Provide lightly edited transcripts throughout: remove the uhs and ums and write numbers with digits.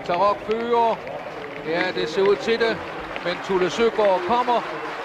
Tarok fører. Ja, det ser ud til det. Men Tulle Søgaard kommer.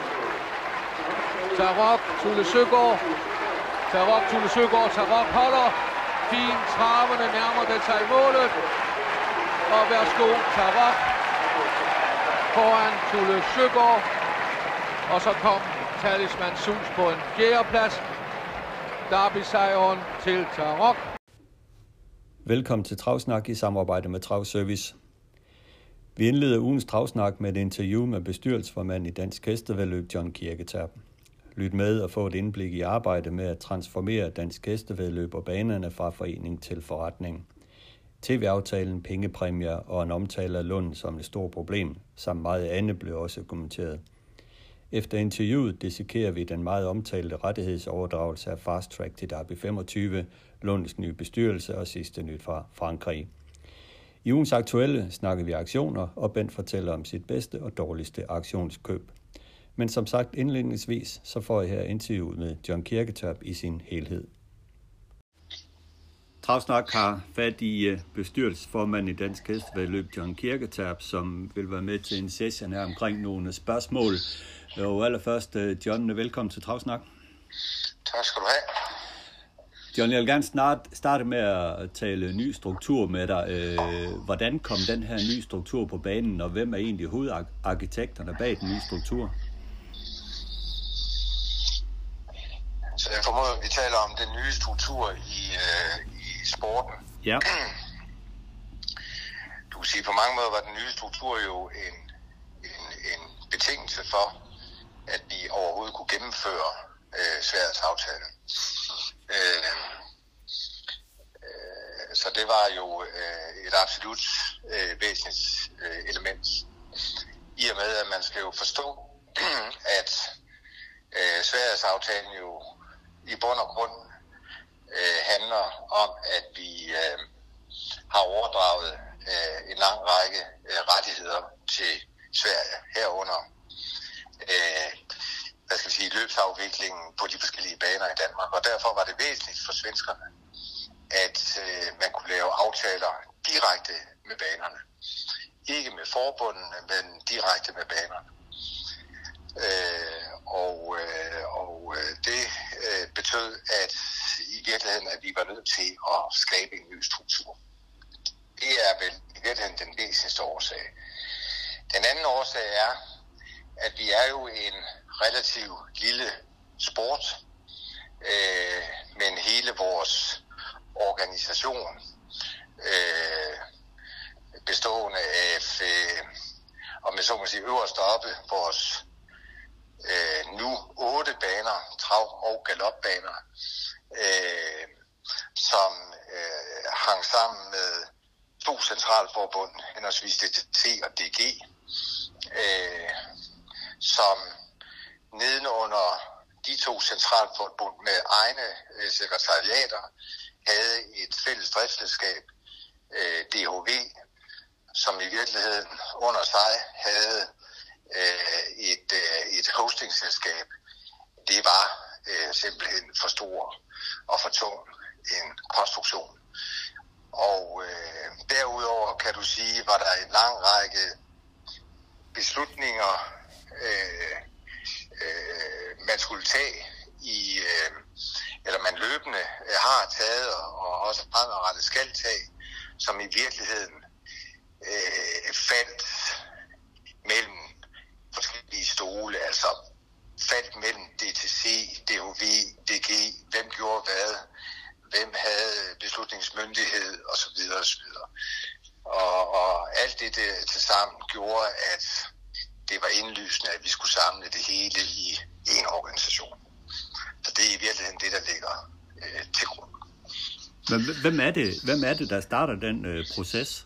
Tarok, Tulle Søgaard. Tarok, Tulle Søgaard. Tarok holder. Fint traverne nærmer det sig i målet. Og værsgo, Tarok foran Tulle Søgaard. Og så kom Talisman Sus på en fjerdeplads. Derby-sejren til Tarok. Velkommen til Travsnak i samarbejde med Travservice. Vi indleder ugens Travsnak med et interview med bestyrelsesformand i Dansk Hestevæddeløb, John Kirketerp. Lyt med og få et indblik i arbejdet med at transformere Dansk Hestevæddeløb og banerne fra forening til forretning. TV-aftalen, pengepræmier og en omtale af Lund som et stort problem, samt meget andet blev også kommenteret. Efter interviewet dissekerer vi den meget omtalte rettighedsoverdragelse af Fast Track til Derby 25, Lunds nye bestyrelse og sidste nyt fra Frankrig. I ugens aktuelle snakker vi aktioner, og Bent fortæller om sit bedste og dårligste aktionskøb. Men som sagt indledningsvis, så får jeg her interviewet med John Kirketerp i sin helhed. Travsnak har fat i bestyrelsesformand i Dansk Hestevæddeløb, John Kirketerp, som vil være med til en session her omkring nogle spørgsmål. Og allerførst, John, velkommen til Travsnak. Tak skal du have. John, jeg vil gerne starte med at tale ny struktur med dig. Hvordan kom den her nye struktur på banen, og hvem er egentlig hovedarkitekterne bag den nye struktur? Så jeg formoder, at vi taler om den nye struktur i sporten. Ja. Du kan sige, på mange måder var den nye struktur jo en betingelse for, at vi overhovedet kunne gennemføre Sverigedsaftalen. Så det var jo et absolut væsentligt element. I og med, at man skal jo forstå, at Sverigedsaftalen jo i bund og grund handler om, at vi har overdraget en lang række rettigheder til Sverige herunder. Løbsafviklingen på de forskellige baner i Danmark, og derfor var det væsentligt for svenskerne, at man kunne lave aftaler direkte med banerne. Ikke med forbundene, men direkte med banerne. Det betød, at i virkeligheden, at vi var nødt til at skabe en ny struktur. Det er vel i virkeligheden den væsentligste årsag. Den anden årsag er, at vi er jo en relativt lille sport, men hele vores organisation bestående af, om jeg så må sige, øverst oppe, vores nu 8 baner, trav- og galopbaner, som hang sammen med 2 centralforbund, henholdsvis DTC og DG, som nedenunder de 2 centralforbund med egne sekretariater havde et fælles driftsselskab, DHV, som i virkeligheden under sig havde et hostingselskab. Det var simpelthen for stor og for tung en konstruktion. Og derudover kan du sige, var der en lang række beslutninger, man skulle tage eller man løbende har taget og også fremadrettet skal tage, som i virkeligheden faldt mellem forskellige stole, altså faldt mellem DTC, DHV, DG, hvem gjorde hvad, hvem havde beslutningsmyndighed osv. osv. Og alt det til sammen gjorde, at det var indlysende, at vi skulle samle det hele i en organisation. Så det er i virkeligheden det, der ligger til grund. Men hvem er det, der starter den proces?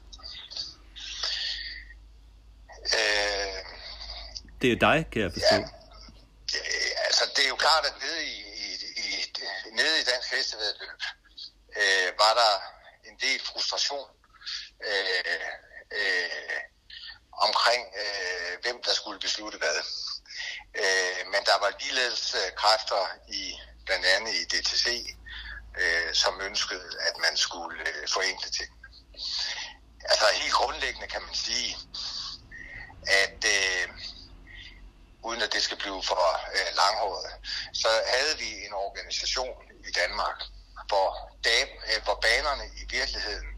Det er dig, kan jeg forstå. Ja, altså det er jo klart, at nede i Dansk Hestevæddeløb var der en del frustration omkring, hvem der skulle beslutte hvad. Men der var ligeledes kræfter blandt andet i DTC, som ønskede, at man skulle forenkle ting. Altså helt grundlæggende kan man sige, at uden at det skal blive for langhåret, så havde vi en organisation i Danmark, hvor banerne i virkeligheden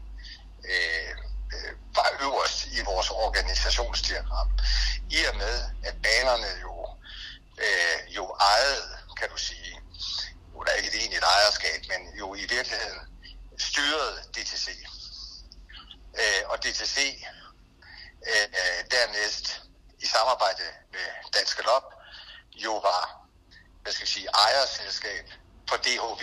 var øverst i vores organisationsdiagram. I og med, at banerne jo ejede, kan du sige, nu er der ikke et egentligt ejerskab, men jo i virkeligheden styrede DTC. Og DTC dernæst i samarbejde med Dansk Galop jo var, ejerselskab for DHV.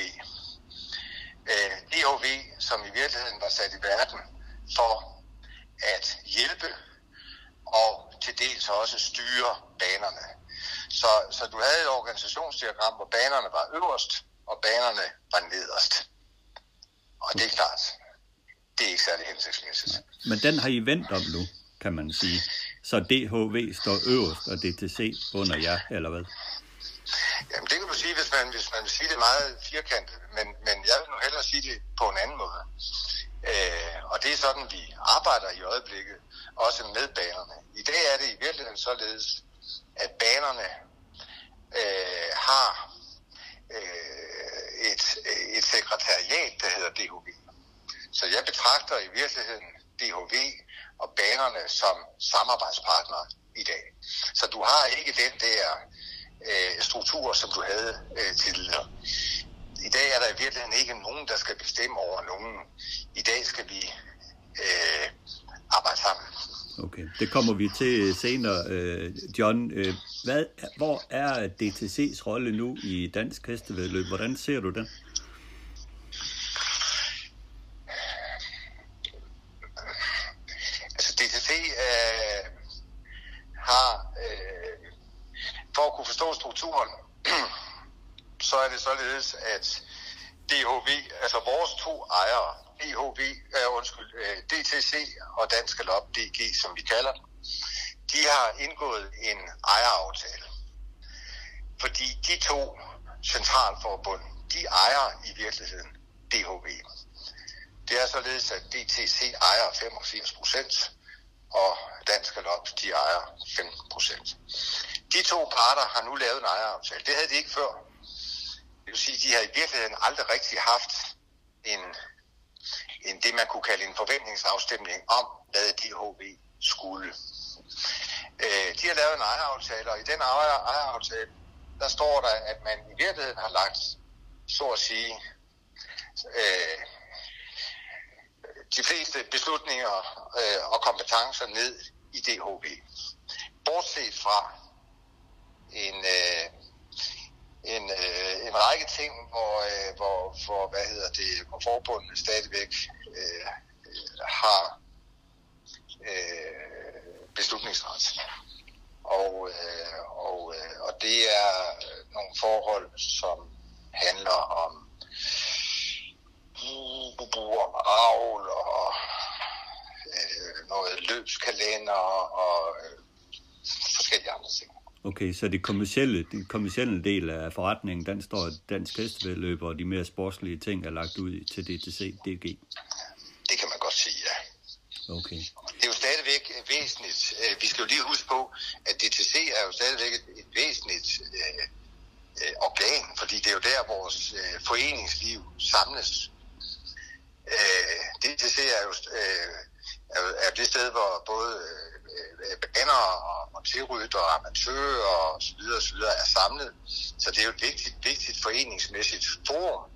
DHV, som i virkeligheden var sat i verden for at hjælpe og til dels også styre banerne. Så du havde et organisationsdiagram, hvor banerne var øverst, og banerne var nederst. Og det er klart, det er ikke særlig hensigtsmæssigt. Men den har I vendt om nu, kan man sige. Så DHV står øverst, og DTC under jer, eller hvad? Jamen det kan du sige, hvis man vil sige det meget firkantet, men jeg vil nu hellere sige det på en anden måde. Og det er sådan, vi arbejder i øjeblikket, også med banerne. I dag er det i virkeligheden således, at banerne har et sekretariat, der hedder DHV. Så jeg betragter i virkeligheden DHV og banerne som samarbejdspartnere i dag. Så du har ikke den der struktur, som du havde tidligere. I dag er der i virkeligheden ikke nogen, der skal bestemme over nogen. I dag skal vi arbejde sammen. Okay, det kommer vi til senere. John, hvor er DTC's rolle nu i dansk hestevæddeløb? Hvordan ser du den? Altså DTC har, for at kunne forstå strukturen, så er det således, at DHV, altså vores to ejere, DTC og Dansk Galop, DG, som vi kalder den, de har indgået en ejeraftale. Fordi de to centralforbund, de ejer i virkeligheden DHV. Det er således, at DTC ejer 85%, og Dansk Galop, de ejer 15%. De to parter har nu lavet en ejeraftale. Det havde de ikke før. Det vil sige, at de har i virkeligheden aldrig rigtig haft en det, man kunne kalde en forventningsafstemning om, hvad DHV skulle. De har lavet en ejeraftale, og i den ejeraftale, der står der, at man i virkeligheden har lagt, så at sige, de fleste beslutninger og kompetencer ned i DHV. Bortset fra en række ting, hvor forbundene stadigvæk har beslutningsret. Og det er nogle forhold, som handler om avl og noget løbskalender og forskellige andre ting. Okay, så den kommercielle del af forretningen, den står dansk hestevæddeløb, og de mere sportslige ting er lagt ud til DTC, DG? Det kan man godt sige, ja. Okay. Det er jo stadigvæk væsentligt. Vi skal jo lige huske på, at DTC er jo stadigvæk et væsentligt organ, fordi det er jo der, vores foreningsliv samles. DTC er jo det sted, hvor både baner og tilrytter og amatører og så videre er samlet. Så det er jo et vigtigt foreningsmæssigt forum.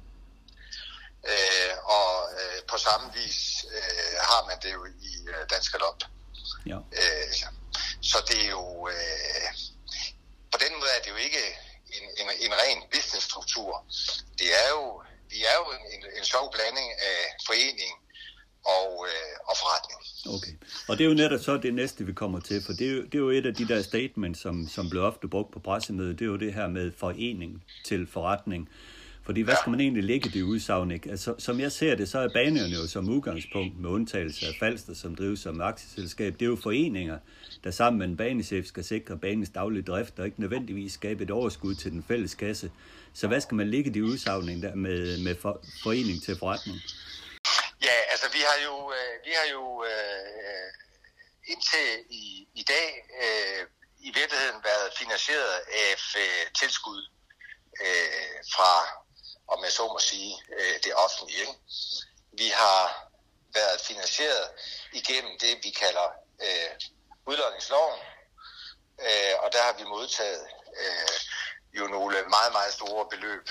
På samme vis har man det jo i Dansk Galop. Ja. Så det er jo på den måde er det jo ikke en ren businessstruktur. Vi er jo en sjov blanding af forening og forretning. Okay. Og det er jo netop så det næste, vi kommer til, for det er jo et af de der statements, som blev ofte brugt på pressemødet, det er jo det her med forening til forretning. Fordi hvad skal man egentlig lægge det udsagn, ikke? Altså, som jeg ser det, så er banerne jo som udgangspunkt, med undtagelse af Falster, som drives som aktieselskab, det er jo foreninger, der sammen med en banechef skal sikre banens daglige drift, og ikke nødvendigvis skabe et overskud til den fælles kasse. Så hvad skal man lægge det udsagn der med forening til forretning? Ja, altså vi har jo indtil i dag i virkeligheden været finansieret af tilskud fra, om jeg så må sige, det offentlige. Ikke? Vi har været finansieret igennem det, vi kalder udlodningsloven, og der har vi modtaget jo nogle meget, meget store beløb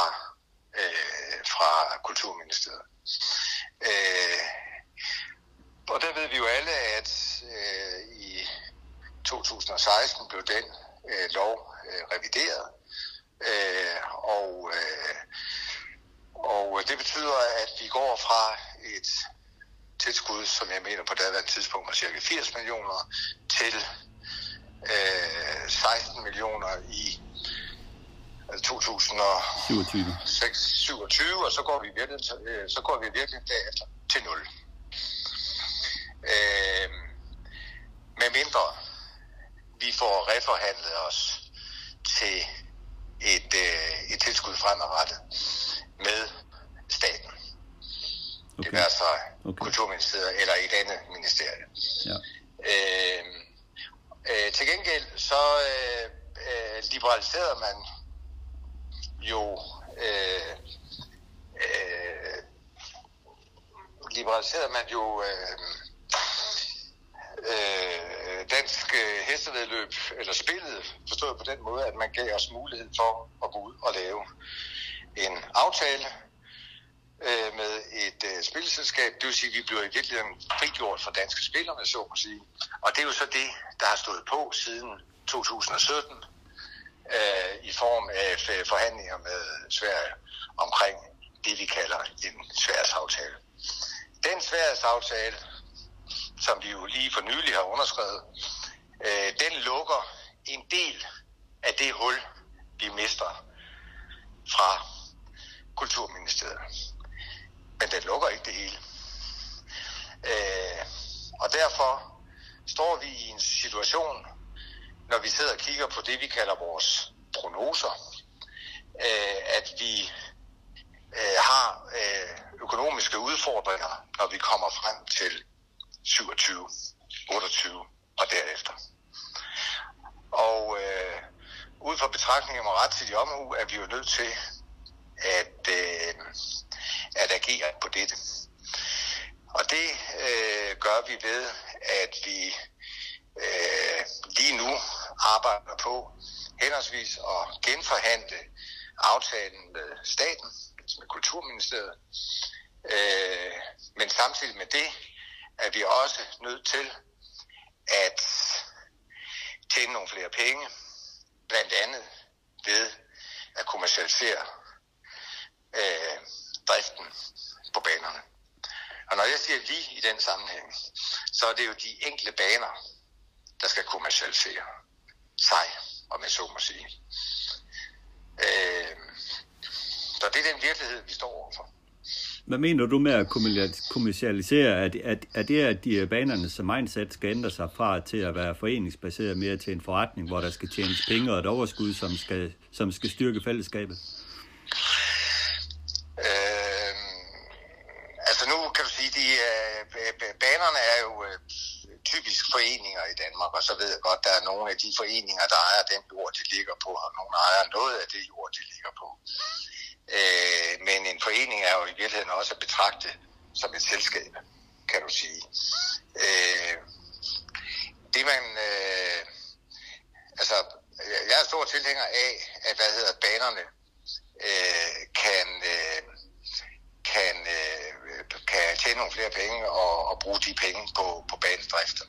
fra Kulturministeriet. Og der ved vi jo alle, at i 2016 blev den lov revideret, og det betyder, at vi går fra et tilskud, som jeg mener på daværende tidspunkt var cirka 80 millioner, til 16 millioner i 2027, og så går vi virkelig derefter til 0. Med mindre vi får reforhandlet os til et tilskud fremadrettet med staten. Okay. Det vil altså Kulturministeriet eller et andet ministerie. Ja. Til gengæld så liberaliserede man jo dansk hestevæddeløb, eller spillet, forstået på den måde, at man gav os mulighed for at gå ud og lave en aftale med et spilselskab. Det vil sige, at vi bliver i virkeligheden frigjort fra danske spillere, så må sige. Og det er jo så det, der har stået på siden 2017 i form af forhandlinger med Sverige omkring det, vi kalder en Sverigesaftale. Den Sverigesaftale, som vi jo lige for nylig har underskrevet, den lukker en del af det hul, vi mister fra Kulturministeriet. Men den lukker ikke det hele. Og derfor står vi i en situation, når vi sidder og kigger på det, vi kalder vores prognoser, at vi har økonomiske udfordringer, når vi kommer frem til 27, 28 og derefter. Og ud fra betragtninger med rettidig omhu, er vi jo nødt til at agere på dette. Og det gør vi ved, at vi lige nu arbejder på henholdsvis at genforhandle aftalen med staten, med Kulturministeriet, men samtidig med det er vi også nødt til at tjene nogle flere penge, blandt andet ved at kommercialisere driften på banerne. Og når jeg siger vi i den sammenhæng, så er det jo de enkelte baner, der skal kommercialisere sig, om jeg så må sige. Så det er den virkelighed, vi står overfor. Hvad mener du med at kommercialisere? Er det, at de banernes mindset skal ændre sig fra til at være foreningsbaseret mere til en forretning, hvor der skal tjenes penge og et overskud, som skal styrke fællesskabet? Altså nu kan du sige, banerne er jo typisk foreninger i Danmark, og så ved jeg godt, der er nogle af de foreninger, der ejer den jord, de ligger på, og nogle ejer noget af det jord, de ligger på. Men en forening er jo i virkeligheden også at betragte som et selskab, kan du sige. Det man, altså, jeg er stor tilhænger af, at banerne kan tjene nogle flere penge og bruge de penge på banedrift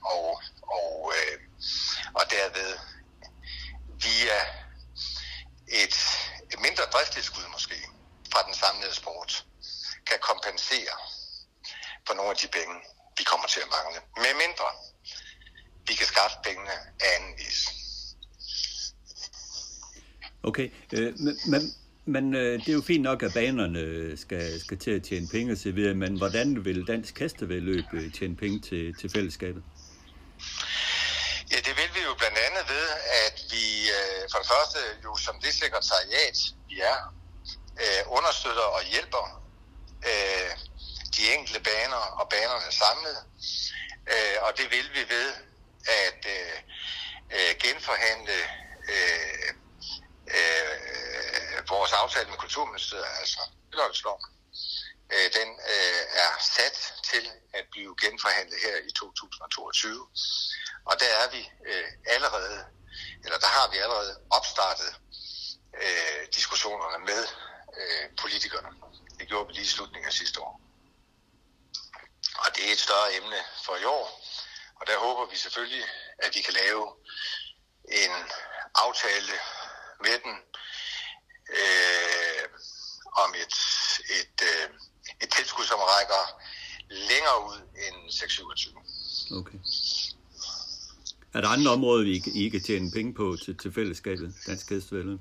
og derved via et mindre driftstilskud måske fra den samlede sport kan kompensere for nogle af de penge, vi kommer til at mangle. Med mindre vi kan skaffe pengene af anden vis. Okay, men det er jo fint nok, at banerne skal til at tjene penge osv., men hvordan vil dansk hestevæddeløb tjene penge til fællesskabet? Ja, det vil vi jo blandt andet ved, at vi for det første jo som det sekretariat, vi er, understøtter og hjælper de enkelte baner og banerne samlet. Og det vil vi ved at genforhandle vores aftale med Kulturministeriet, altså Billøjsloven. Den er sat til at blive genforhandlet her i 2022. Og der er vi der har vi allerede opstartet diskussionerne med politikerne. Det gjorde vi lige i slutningen af sidste år. Og det er et større emne for i år. Og der håber vi selvfølgelig, at vi kan lave en aftale med den om et tilskud, som rækker længere ud end 627. Okay. Er der andre områder, I kan tjene penge på til fællesskabet, Dansk Hestevælde?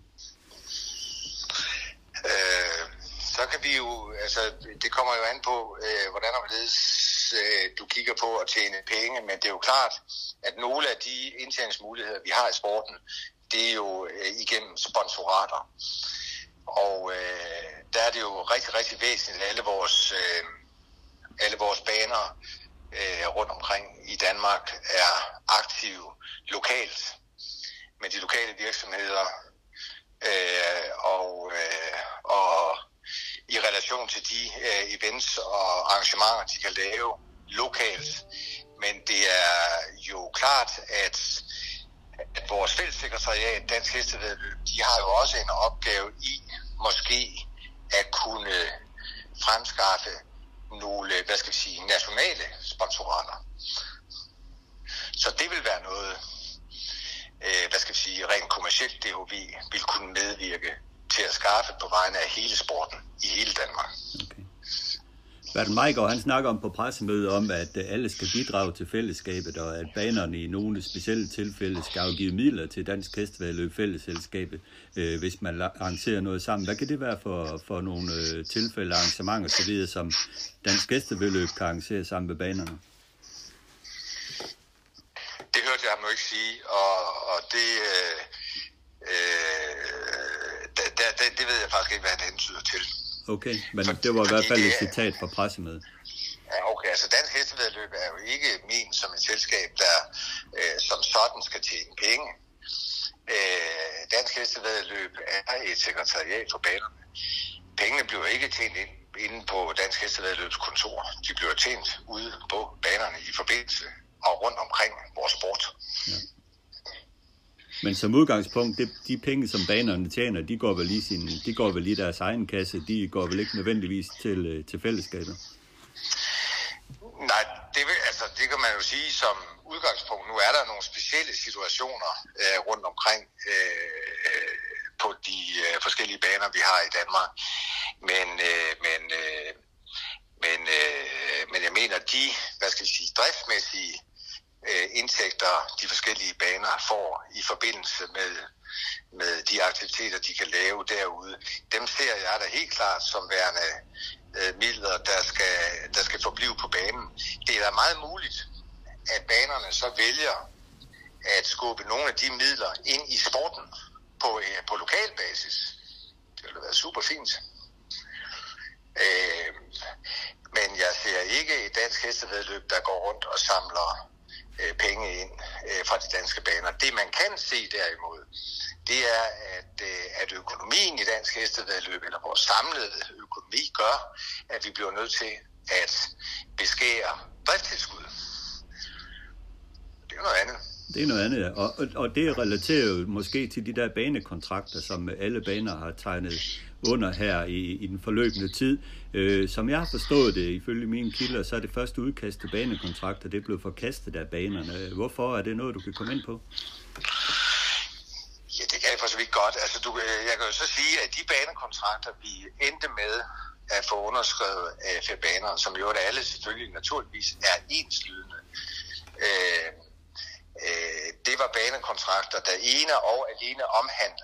Så kan vi jo, altså det kommer jo an på, hvordan du kigger på at tjene penge, men det er jo klart, at nogle af de indtjeningsmuligheder, vi har i sporten, det er jo igennem sponsorater. Og der er det jo rigtig, rigtig væsentligt, at alle vores baner rundt omkring i Danmark er aktive lokalt med de lokale virksomheder og i relation til de events og arrangementer, de kan lave lokalt. Men det er jo klart, at vores fællessekretariat, Dansk Hestevæddeløb, de har jo også en opgave i måske at kunne fremskaffe nogle, nationale sponsorater. Så det vil være noget, rent kommercielt DHV vil kunne medvirke til at skaffe på vegne af hele sporten i hele Danmark. Okay. Bertel Meiggaard, han snakker om på pressemødet om, at alle skal bidrage til fællesskabet, og at banerne i nogle specielle tilfælde skal afgive midler til Dansk Hestevæddeløb Fællesselskabet, hvis man arrangerer noget sammen. Hvad kan det være for nogle tilfælde, arrangementer så videre, som Dansk Hestevæddeløb kan arrangere sammen med banerne? Det hørte jeg ham jo ikke sige, og det ved jeg faktisk ikke, hvad han hentyder til. Okay, men det var i hvert fald et citat fra pressemødet. Ja, okay, altså Dansk Hestevæddeløb er jo ikke ment som et selskab, der som sådan skal tjene penge. Dansk Hestevæddeløb er et sekretariat for banerne. Pengene bliver ikke tjent inde på Dansk Hestevæddeløbs kontor. De bliver tjent ude på banerne i forbindelse og rundt omkring vores sport. Ja. Men som udgangspunkt, de penge, som banerne tjener, de går vel i deres egen kasse. De går vel ikke nødvendigvis til fællesskabet? Nej, det kan man jo sige som udgangspunkt. Nu er der nogle specielle situationer rundt omkring på de forskellige baner, vi har i Danmark. Men jeg mener, de driftsmæssige indtægter, de forskellige baner får i forbindelse med de aktiviteter, de kan lave derude, dem ser jeg da helt klart som værende midler, der skal forblive på banen. Det er da meget muligt, at banerne så vælger at skubbe nogle af de midler ind i sporten på lokal basis. Det ville være super fint. Men jeg ser ikke et Dansk Hestevæddeløb, der går rundt og samler penge ind fra de danske baner. Det man kan se derimod, det er, at økonomien i Dansk Hestevæddeløb, eller vores samlede økonomi, gør, at vi bliver nødt til at beskære driftstilskud. Det er noget andet. Det er noget andet, ja. Og det relaterer jo måske til de der banekontrakter, som alle baner har tegnet under her i den forløbende tid. Som jeg har forstået det, ifølge mine kilder, så er det første udkast til banekontrakter, det blev forkastet af banerne. Hvorfor er det noget, du kan komme ind på? Ja, det kan jeg for så vidt godt. Altså, jeg kan jo så sige, at de banekontrakter, vi endte med at få underskrevet af banerne, som jo alle selvfølgelig naturligvis er enslydende, det var banekontrakter, der ene og alene omhandlede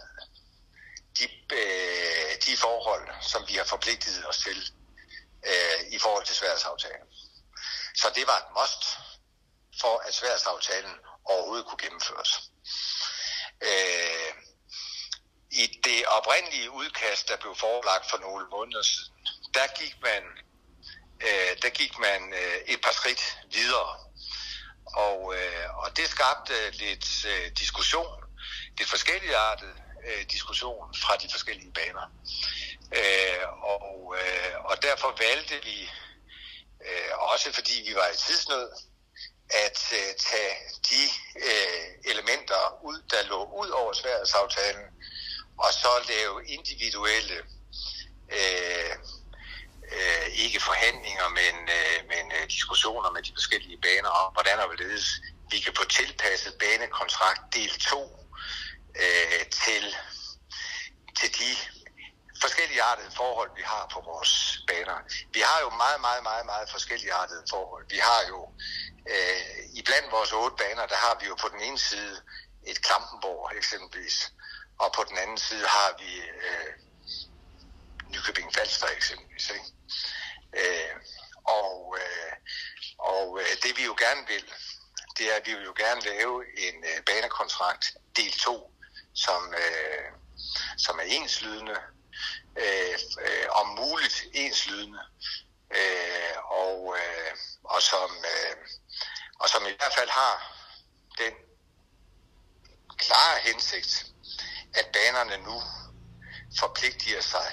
de forhold, som vi har forpligtet os til i forhold til Sverige-aftalen. Så det var et must for, at Sverige-aftalen overhovedet kunne gennemføres. I det oprindelige udkast, der blev forelagt for nogle måneder siden, der gik man der gik man et par skridt videre. Og det skabte lidt diskussion, det forskelligartede diskussion fra de forskellige baner. Og derfor valgte vi, også fordi vi var i tidsnød, at tage de elementer ud, der lå ud over Sverige-aftalen, og så lave individuelle, ikke forhandlinger, men diskussioner med de forskellige baner om, hvordan og hvorledes vi kan få tilpasset banekontrakt del 2 til de forskelligartede forhold, vi har på vores baner. Vi har jo meget forskelligartede forhold. Vi har jo iblandt vores 8 baner, der har vi jo på den ene side et Klampenborg eksempelvis, og på den anden side har vi Nykøbing Falster eksempelvis. Ikke? Og det vi jo gerne vil, det er, at vi vil jo gerne lave en banekontrakt del 2, som er enslydende, om muligt enslydende, og som i hvert fald har den klare hensigt, at banerne nu forpligtiger sig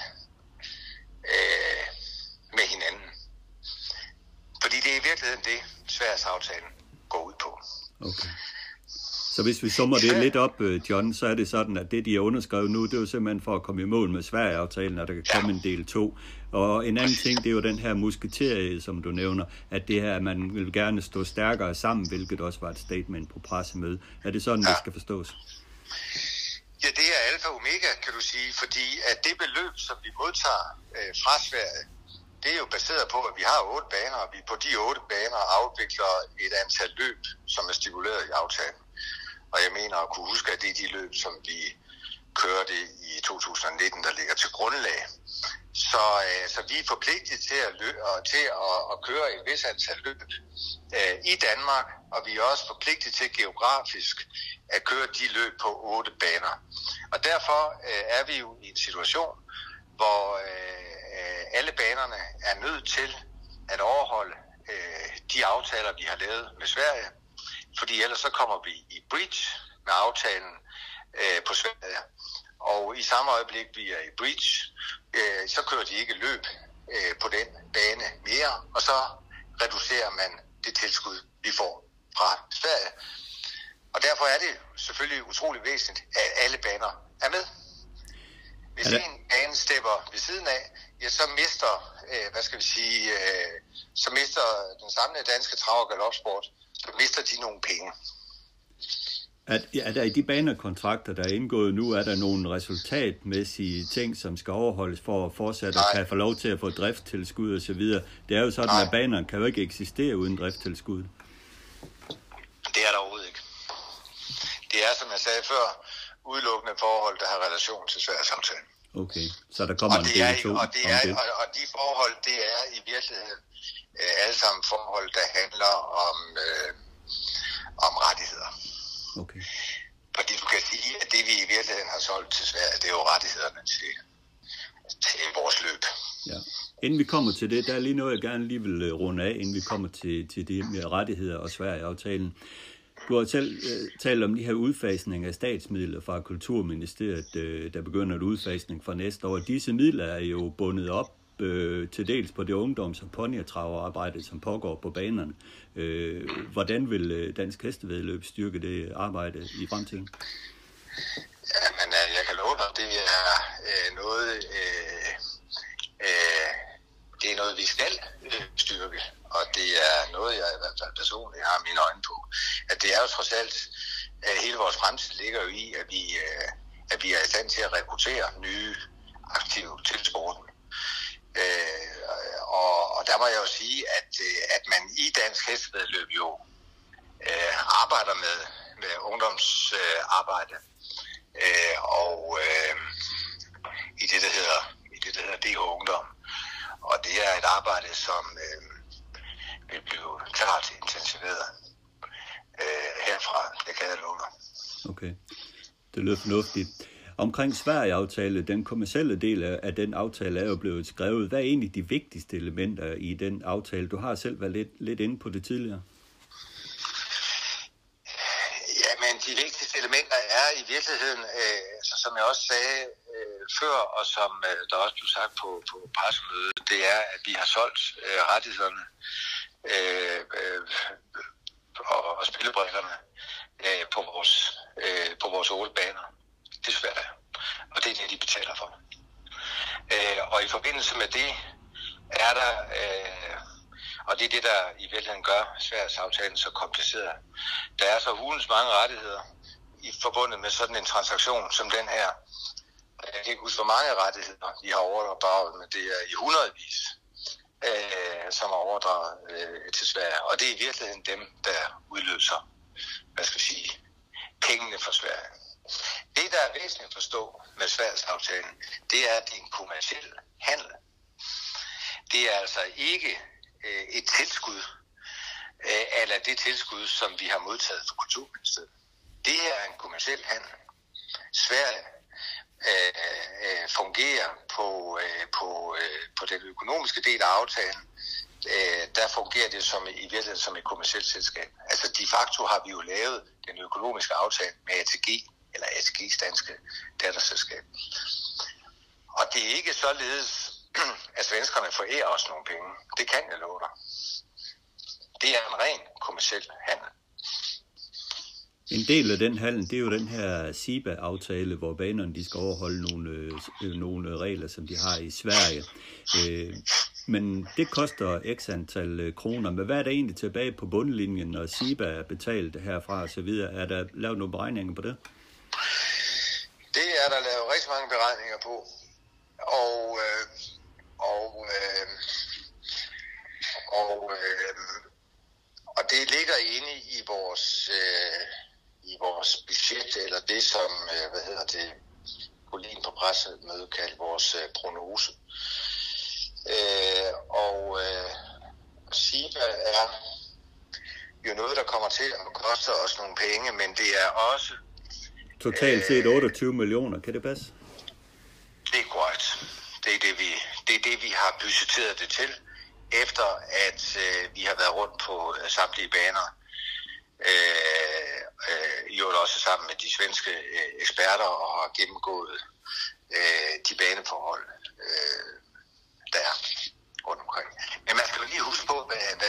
med hinanden. Fordi det er i virkeligheden det, Sverige-aftalen går ud på. Okay. Så hvis vi summer det lidt op, John, så er det sådan, at det, de har underskrevet nu, det er jo simpelthen for at komme i mål med Sverige-aftalen, at der kan komme en del 2. Og en anden ting, det er jo den her musketerie, som du nævner, at det her, man vil gerne stå stærkere sammen, hvilket også var et statement på pressemøde. Er det sådan, det skal forstås? Ja, det er alfa og omega, kan du sige, fordi at det beløb, som vi modtager fra Sverige, det er jo baseret på, at vi har 8 baner, og vi på de 8 baner afvikler et antal løb, som er stipuleret i aftalen. Og jeg mener at kunne huske, at det er de løb, som vi kørte i 2019, der ligger til grundlag. Så vi er forpligtet til at køre et vis antal løb i Danmark, og vi er også forpligtet til geografisk at køre de løb på 8 baner. Og derfor er vi jo i en situation, hvor alle banerne er nødt til at overholde de aftaler, vi har lavet med Sverige, fordi ellers så kommer vi i breach med aftalen på Sverige. Og i samme øjeblik, vi er i breach, så kører de ikke løb på den bane mere, og så reducerer man det tilskud, vi får fra Sverige. Og derfor er det selvfølgelig utrolig væsentligt, at alle baner er med. Hvis en bane stepper ved siden af, ja, så mister, så mister den samlede danske trav- og galopsport, så mister de nogle penge. Er der i de banekontrakter, der er indgået nu, er der nogle resultatmæssige ting, som skal overholdes for at fortsætte og kan få lov til at få driftstilskud og så videre? Det er jo sådan, at banerne kan jo ikke eksistere uden driftstilskud. Det er der overhovedet ikke. Det er, som jeg sagde før, udelukkende forhold, der har relation til Sverige-aftalen. Okay, så der kommer en del 2 og de forhold, det er i virkeligheden alle sammen forhold, der handler om rettigheder. Okay. Fordi du kan sige, at det vi i virkeligheden har solgt til Sverige, det er jo rettighederne til vores løb. Ja. Inden vi kommer til det, der er lige noget, jeg gerne lige vil runde af, inden vi kommer til det med rettigheder og Sverige-aftalen. Du har selv talt om de her udfasning af statsmidler fra Kulturministeriet, der begynder en udfasning fra næste år. Disse midler er jo bundet op til dels på det ungdoms- og ponytraverarbejde, som pågår på banerne. Hvordan vil Dansk Hestevæddeløb styrke det arbejde i fremtiden? Jamen, jeg kan love dig, det er noget, vi skal styrke. Og det er noget, jeg i hvert fald personligt har mine øjne på. At det er jo trods alt, hele vores fremtid ligger jo i, at vi er i stand til at rekruttere nye aktive til sporten. Og der må jeg jo sige, at man i Dansk Hestevæddeløb jo arbejder med ungdomsarbejde og i det, der hedder DH Ungdom. Og det er et arbejde, som vil blive klart intensiveret herfra, det kan jeg love dig. Okay, det lyder fornuftigt. Omkring Sverige-aftale, den kommercielle del af den aftale er jo blevet skrevet. Hvad er egentlig de vigtigste elementer i den aftale? Du har selv været lidt inde på det tidligere. Jamen, de vigtigste elementer er i virkeligheden, som jeg også sagde før, og som der også blev sagt på pressemødet, det er, at vi har solgt rettighederne og spillebrikkerne på vores 8 baner. Det er Sverige, og det er det, de betaler for. Og i forbindelse med det er der, og det er det, der i virkeligheden gør Sveriges aftalen så kompliceret. Der er så hulens mange rettigheder i forbundet med sådan en transaktion som den her. Jeg kan ikke huske, hvor mange rettigheder de har overdraget, men det er i hundredvis, som er overdraget til Sverige. Og det er i virkeligheden dem, der udløser, pengene for Sverige. Det, der er væsentligt at forstå med Sveriges-aftalen, det er, at det er en kommerciel handel. Det er altså ikke et tilskud, eller det tilskud, som vi har modtaget fra Kulturministeriet. Det er en kommerciel handel. Sverige fungerer på den økonomiske del af aftalen. Der fungerer det i virkeligheden som et kommercielt selskab. Altså de facto har vi jo lavet den økonomiske aftale med ATG, eller ATG's danske datterselskab. Og det er ikke således, at svenskerne forærer os nogle penge. Det kan jeg love dig. Det er en ren kommerciel handel. En del af den handel, det er jo den her SIBA-aftale, hvor banerne de skal overholde nogle regler, som de har i Sverige. Men det koster x antal kroner. Men hvad er der egentlig tilbage på bundlinjen, når SIBA er betalt herfra og så videre? Er der lavet nogle beregninger på det? Det er der lavet rigtig mange beregninger på. Og det ligger inde i vores budget, eller det som, Colin på pressemødet kaldte vores prognose. SIBA er jo noget, der kommer til at koste os nogle penge, men det er også... Totalt set 28 millioner, kan det passe? Det er korrekt. Det er det, vi har budgetteret det til, efter at vi har været rundt på samtlige baner. Jo også sammen med de svenske eksperter og har gennemgået de baneforhold, der er rundt omkring. Men man skal jo lige huske på,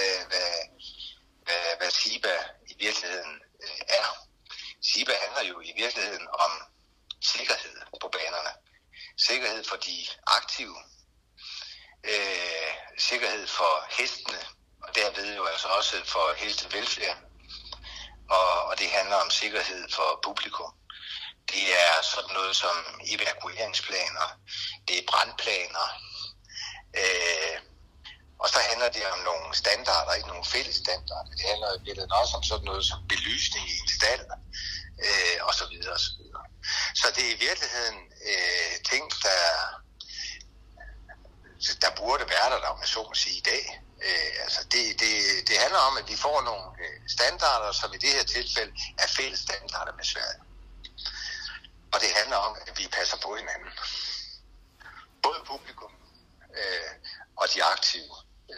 hvad SIBA i virkeligheden er. SIBA handler jo i virkeligheden om sikkerhed på banerne. Sikkerhed for de aktive. Sikkerhed for hestene, og derved jo altså også for hestevelfærd. Og det handler om sikkerhed for publikum. Det er sådan noget som evakueringsplaner, det er brandplaner, og så handler det om nogle standarder, ikke nogle fælles standarder. Det handler i virkeligheden også om sådan noget som belysning i en stald, og så videre og så videre. Så det er i virkeligheden ting, der burde være der, om jeg så må sige, i dag. Det handler om, at vi får nogle standarder, som i det her tilfælde er fælles standarder med Sverige. Og det handler om, at vi passer på hinanden. Både publikum og de aktive.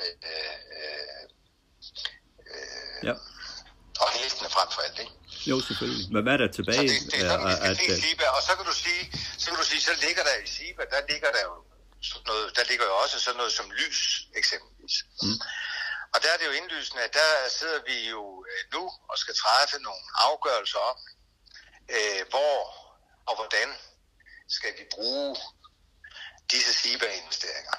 Ja. Og hestene frem for alt, ikke? Jo, selvfølgelig. Men hvad er der tilbage? Så det er sådan, vi skal se SIBA, og så kan du sige, så ligger der i SIBA, der ligger jo også sådan noget som lys, eksempelvis. Mm. Og der er det jo indlysende, at der sidder vi jo nu og skal træffe nogle afgørelser om, hvor og hvordan skal vi bruge disse SIBA-investeringer.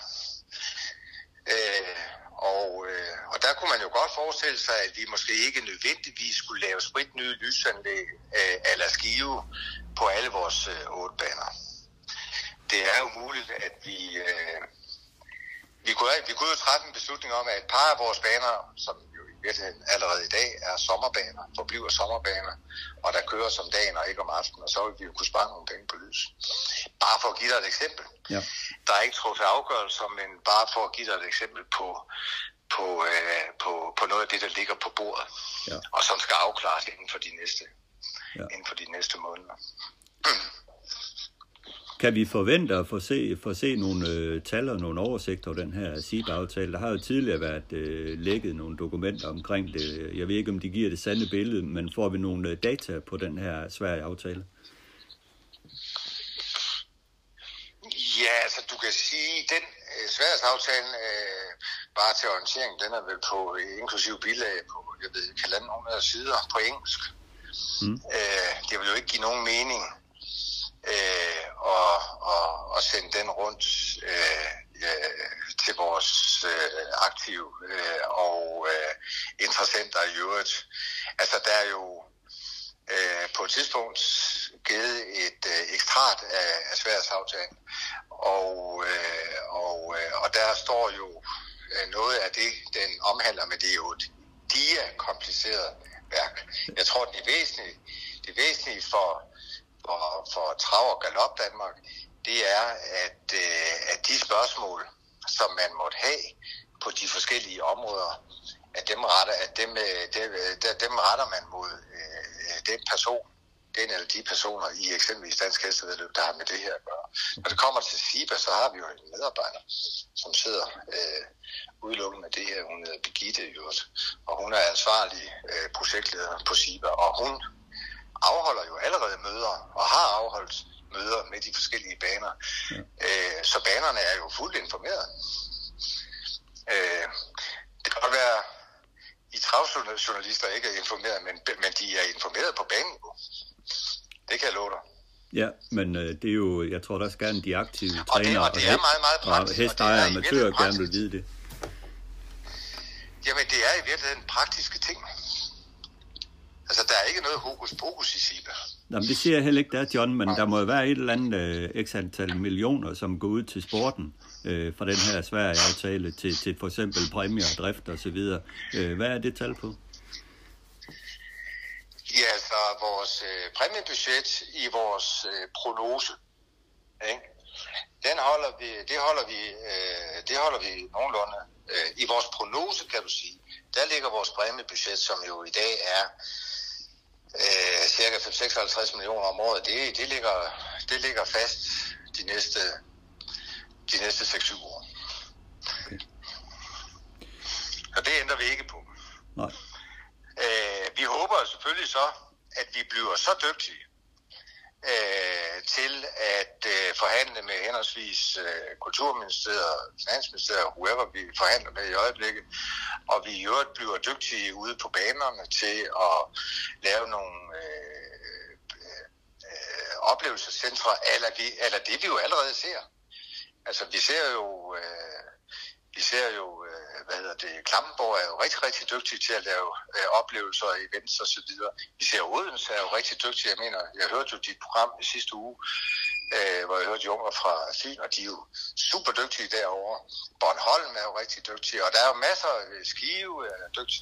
Og der kunne man jo godt forestille sig, at vi måske ikke nødvendigvis skulle lave spritnye lysanlæg eller Skive på alle vores 8 baner. Det er jo muligt, at vi kunne jo træffe en beslutning om, at et par af vores baner, som jo i virkeligheden allerede i dag er sommerbaner, forbliver sommerbaner, og der kører som dagen og ikke om aftenen, og så vil vi jo kunne spare nogle penge på lys. Bare for at give dig et eksempel. Ja. Der er ikke truffet afgørelser, men bare for at give dig et eksempel på noget af det, der ligger på bordet, ja. Og som skal afklares inden for de næste måneder. Kan vi forvente at få se nogle tal og nogle oversigter over den her SIBA-aftale? Der har jo tidligere været lækket nogle dokumenter omkring det. Jeg ved ikke, om de giver det sande billede, men får vi nogle data på den her Sverige-aftale? Ja, altså du kan sige, den Sveriges-aftalen, bare til orientering, den er vel på inklusive bilag på, jeg ved ikke, 100 sider på engelsk. Det vil jo ikke give nogen mening at sende den rundt til vores aktive og interessenter i øvrigt. Altså der er jo på et tidspunkt givet et ekstrat af Sveriges-aftalen, og der står jo noget af det, den omhandler, men det er jo et kompliceret værk. Jeg tror, det væsentlige for Trav og Galop Danmark, det er, at de spørgsmål, som man måtte have på de forskellige områder, at dem retter man mod den eller de personer i eksempelvis Dansk Hestevæddeløb, der har med det her at gøre. Når det kommer til SIBA, så har vi jo en medarbejder, som sidder udelukkende med det her. Hun hedder Birgitte i øvrigt, og hun er ansvarlig projektleder på SIBA, og hun afholder jo allerede møder, og har afholdt møder med de forskellige baner. Så banerne er jo fuldt informeret. Det kan godt være, I travjournalister ikke er informeret, men de er informeret på baneniveau. Det kan jeg love dig. Ja, men det er jo, jeg tror, der skal de aktive trænere og det er meget, meget praktisk. Og hestejere og amatører gerne vil vide det. Jamen, det er i virkeligheden praktiske ting. Altså, der er ikke noget hokus pokus i SIBA. Jamen, det siger jeg heller ikke, der, John, men der må jo være et eller andet x antal millioner, som går ud til sporten fra den her Sverige-aftale til for eksempel præmier, drift og så videre. Hvad er det tal på? Ja, altså vores præmiebudget i vores prognose, ikke? Det holder vi nogenlunde. I vores prognose, kan du sige, der ligger vores præmiebudget, som jo i dag er cirka 56 millioner om året. Det ligger fast de næste 6-7 år. Okay. Og det ændrer vi ikke på. Nej. Vi håber selvfølgelig så, at vi bliver så dygtige til at forhandle med henholdsvis Kulturministeriet, Finansministeriet, whoever vi forhandler med i øjeblikket, og vi i øvrigt bliver dygtige ude på banerne til at lave nogle oplevelsescentre, eller det vi jo allerede ser. Altså vi ser jo Klampenborg er jo rigtig, rigtig dygtig til at lave oplevelser, events og så videre. Vi ser Odense er jo rigtig dygtig. Jeg hørte jo dit program i sidste uge, hvor jeg hørte de unge fra Fyn, og de er jo super dygtige derovre. Bornholm er jo rigtig dygtige, og der er jo masser af Skive er dygtige.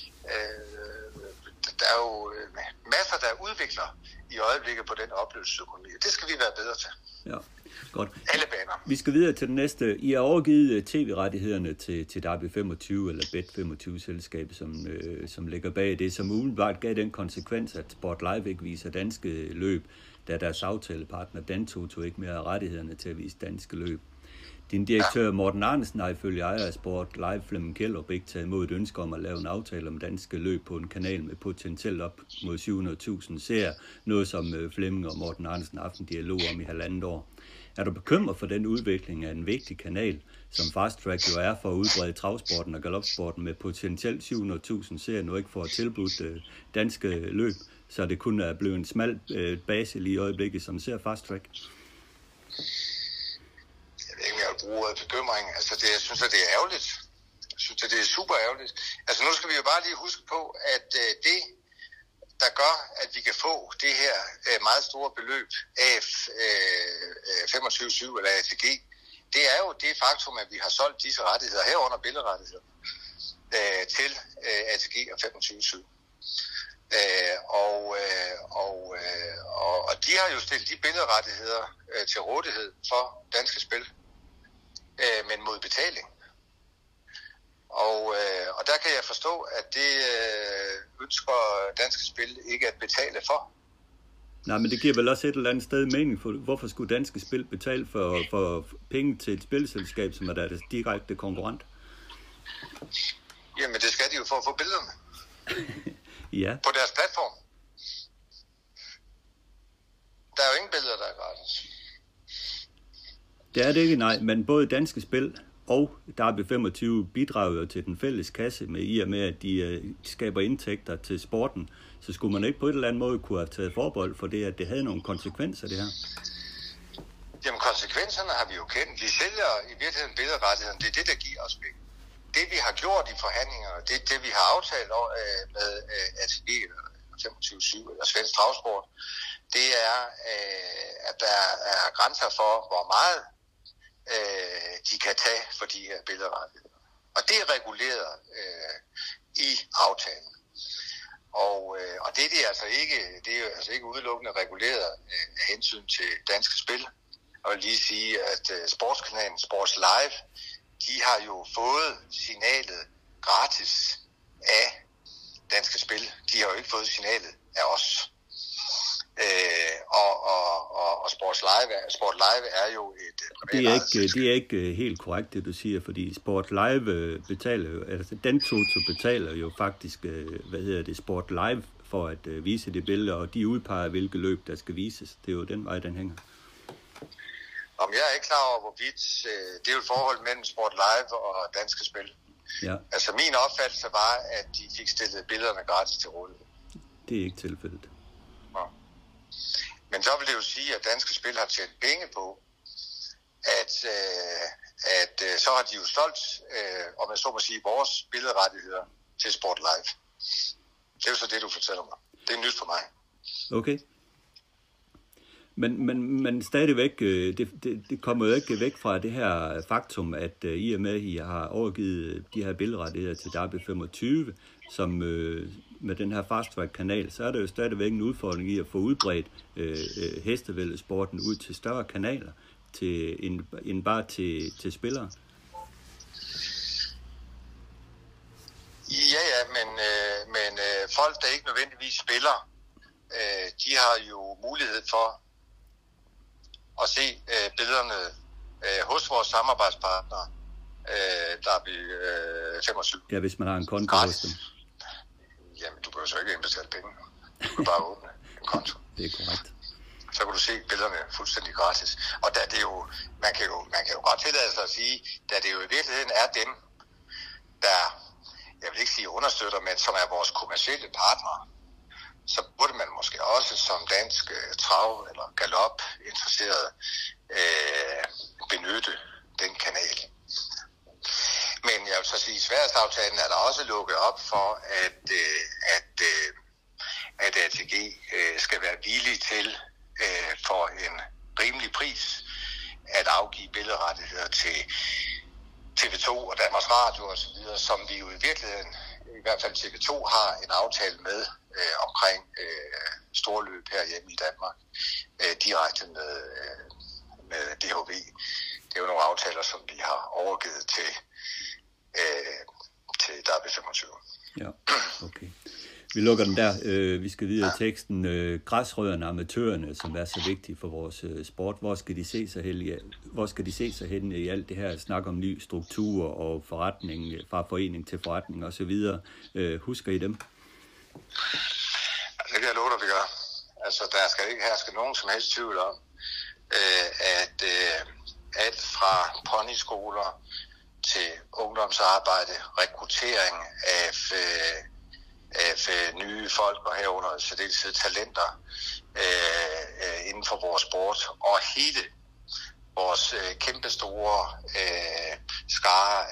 Der er jo masser, der udvikler i øjeblikket på den oplevelsesøkonomi, og det skal vi være bedre til. Ja. Godt. Alle baner. Vi skal videre til den næste. I har overgivet tv-rettighederne til Derby 25 eller Bet 25-selskabet, som ligger bag det, som umiddelbart gav den konsekvens, at Sport Live ikke viser danske løb, da deres aftalepartner Danto tog ikke mere rettighederne til at vise danske løb. Din direktør Morten Arnesen har ifølge ejer af Sport Live Flemming Kjellup ikke taget imod et ønske om at lave en aftale om danske løb på en kanal med potentielt op mod 700.000 seere, noget som Flemming og Morten Arnesen har haft en dialog om i 1,5 år. Er du bekymret for den udvikling af en vigtig kanal, som Fast Track jo er for at udbrede travsporten og galopsporten med potentielt 700.000 seere, nu ikke får tilbudt danske løb, så det kun er blevet en smal base lige i øjeblikket, som ser Fast Track? Jeg ved ikke, om jeg vil bruge bekymring. Altså, jeg synes, at det er ærgerligt. Jeg synes, at det er super ærgerligt. Altså, nu skal vi jo bare lige huske på, at det, der gør, at vi kan få det her meget store beløb af 25-7 eller ATG, det er jo det faktum, at vi har solgt disse rettigheder, herunder billedrettigheder, til ATG og 25-7. Og de har jo stillet de billedrettigheder til rådighed for Danske Spil, men mod betaling. Og der kan jeg forstå, at det ønsker Danske Spil ikke at betale for. Nej, men det giver vel også et eller andet sted mening, for hvorfor skulle Danske Spil betale for penge til et spilselskab, som er deres direkte konkurrent? Jamen, det skal de jo for at få billederne. Ja. På deres platform. Der er jo ingen billeder, der er gratis. Det er det ikke, nej, men både Danske Spil og Derby 25 bidrager til den fælles kasse med i og med, at de skaber indtægter til sporten. Så skulle man ikke på et eller andet måde kunne have taget forbehold for det, at det havde nogle konsekvenser, det her? Jamen, konsekvenserne har vi jo kendt. Vi sælger i virkeligheden billedrettighederne. Det er det, der giver os penge. Det, vi har gjort i forhandlingerne, det vi har aftalt med ATG, 25/7 eller Svensk Travsport, det er, at der er grænser for, hvor meget de kan tage for de her billedrettigheder. Og det er reguleret i aftalen. Og det er jo altså ikke udelukkende reguleret af hensyn til Danske Spil. Jeg vil lige sige, at sportskanalen Sports Live, de har jo fået signalet gratis af Danske Spil. De har jo ikke fået signalet af os. Og Sport Live er jo et privat. Det er ikke helt korrekt, det du siger, fordi Sport Live betaler jo, altså den Toto betaler jo faktisk, Sport Live for at vise det billede, og de udpeger, hvilke løb, der skal vises. Det er jo den vej, den hænger. Om jeg er ikke klar over, hvorvidt det er jo et forhold mellem Sport Live og Danske Spil. Ja. Altså min opfattelse var, at de fik stillet billederne gratis til rådighed. Det er ikke tilfældet. Ja. Men så vil det jo sige, at Danske Spil har tjent penge på, at så har de jo solgt, om jeg så må sige, vores billedrettigheder til Sport Live. Det er jo så det, du fortæller mig. Det er nyt for mig. Okay. Men stadigvæk, det kommer jo ikke væk fra det her faktum, at i og med, at I har overgivet de her billedrettigheder til Derby 25, som med den her Fast Track-kanal, så er der jo stadigvæk en udfordring i at få udbredt hestevældesporten ud til større kanaler, end bare til spillere. Ja, men folk, der ikke nødvendigvis spiller, de har jo mulighed for at se billederne hos vores samarbejdspartnere, Derby 25. Ja, hvis man har en konto hos dem. Jamen, du behøver så ikke indbetale penge. Du kan bare åbne en konto. Det er korrekt. Så kan du se billederne fuldstændig gratis. Og da det jo, man kan jo godt tillade sig at sige, da det jo i virkeligheden er dem, der, jeg vil ikke sige understøtter, men som er vores kommercielle partnere, så burde man måske også som dansk trav eller galop interesseret benytte den kanal. Men jeg vil så sige, at i Sverigedagsaftalen er der også lukket op for, at ATG skal være villig til for en rimelig pris at afgive billedrettigheder til TV2 og Danmarks Radio og så videre, som vi jo i virkeligheden, i hvert fald TV2 har en aftale med omkring storløb herhjemme i Danmark, direkte med DHV. Det er jo nogle aftaler, som vi har overgivet til Derby 25. Ja, okay. Vi lukker den der. Vi skal videre i teksten. Græsrødderne, amatørerne, som er så vigtige for vores sport. Hvor skal de se sig hen i alt det her snak om ny struktur og forretning, fra forening til forretning osv.? Husker I dem? Det kan jeg love dig, vi gør. Altså, der skal ikke herske nogen som helst tvivl om, at alt fra ponyskoler til ungdomsarbejde, rekruttering af nye folk og herunder særdeleshed talenter inden for vores sport, og hele vores kæmpestore skare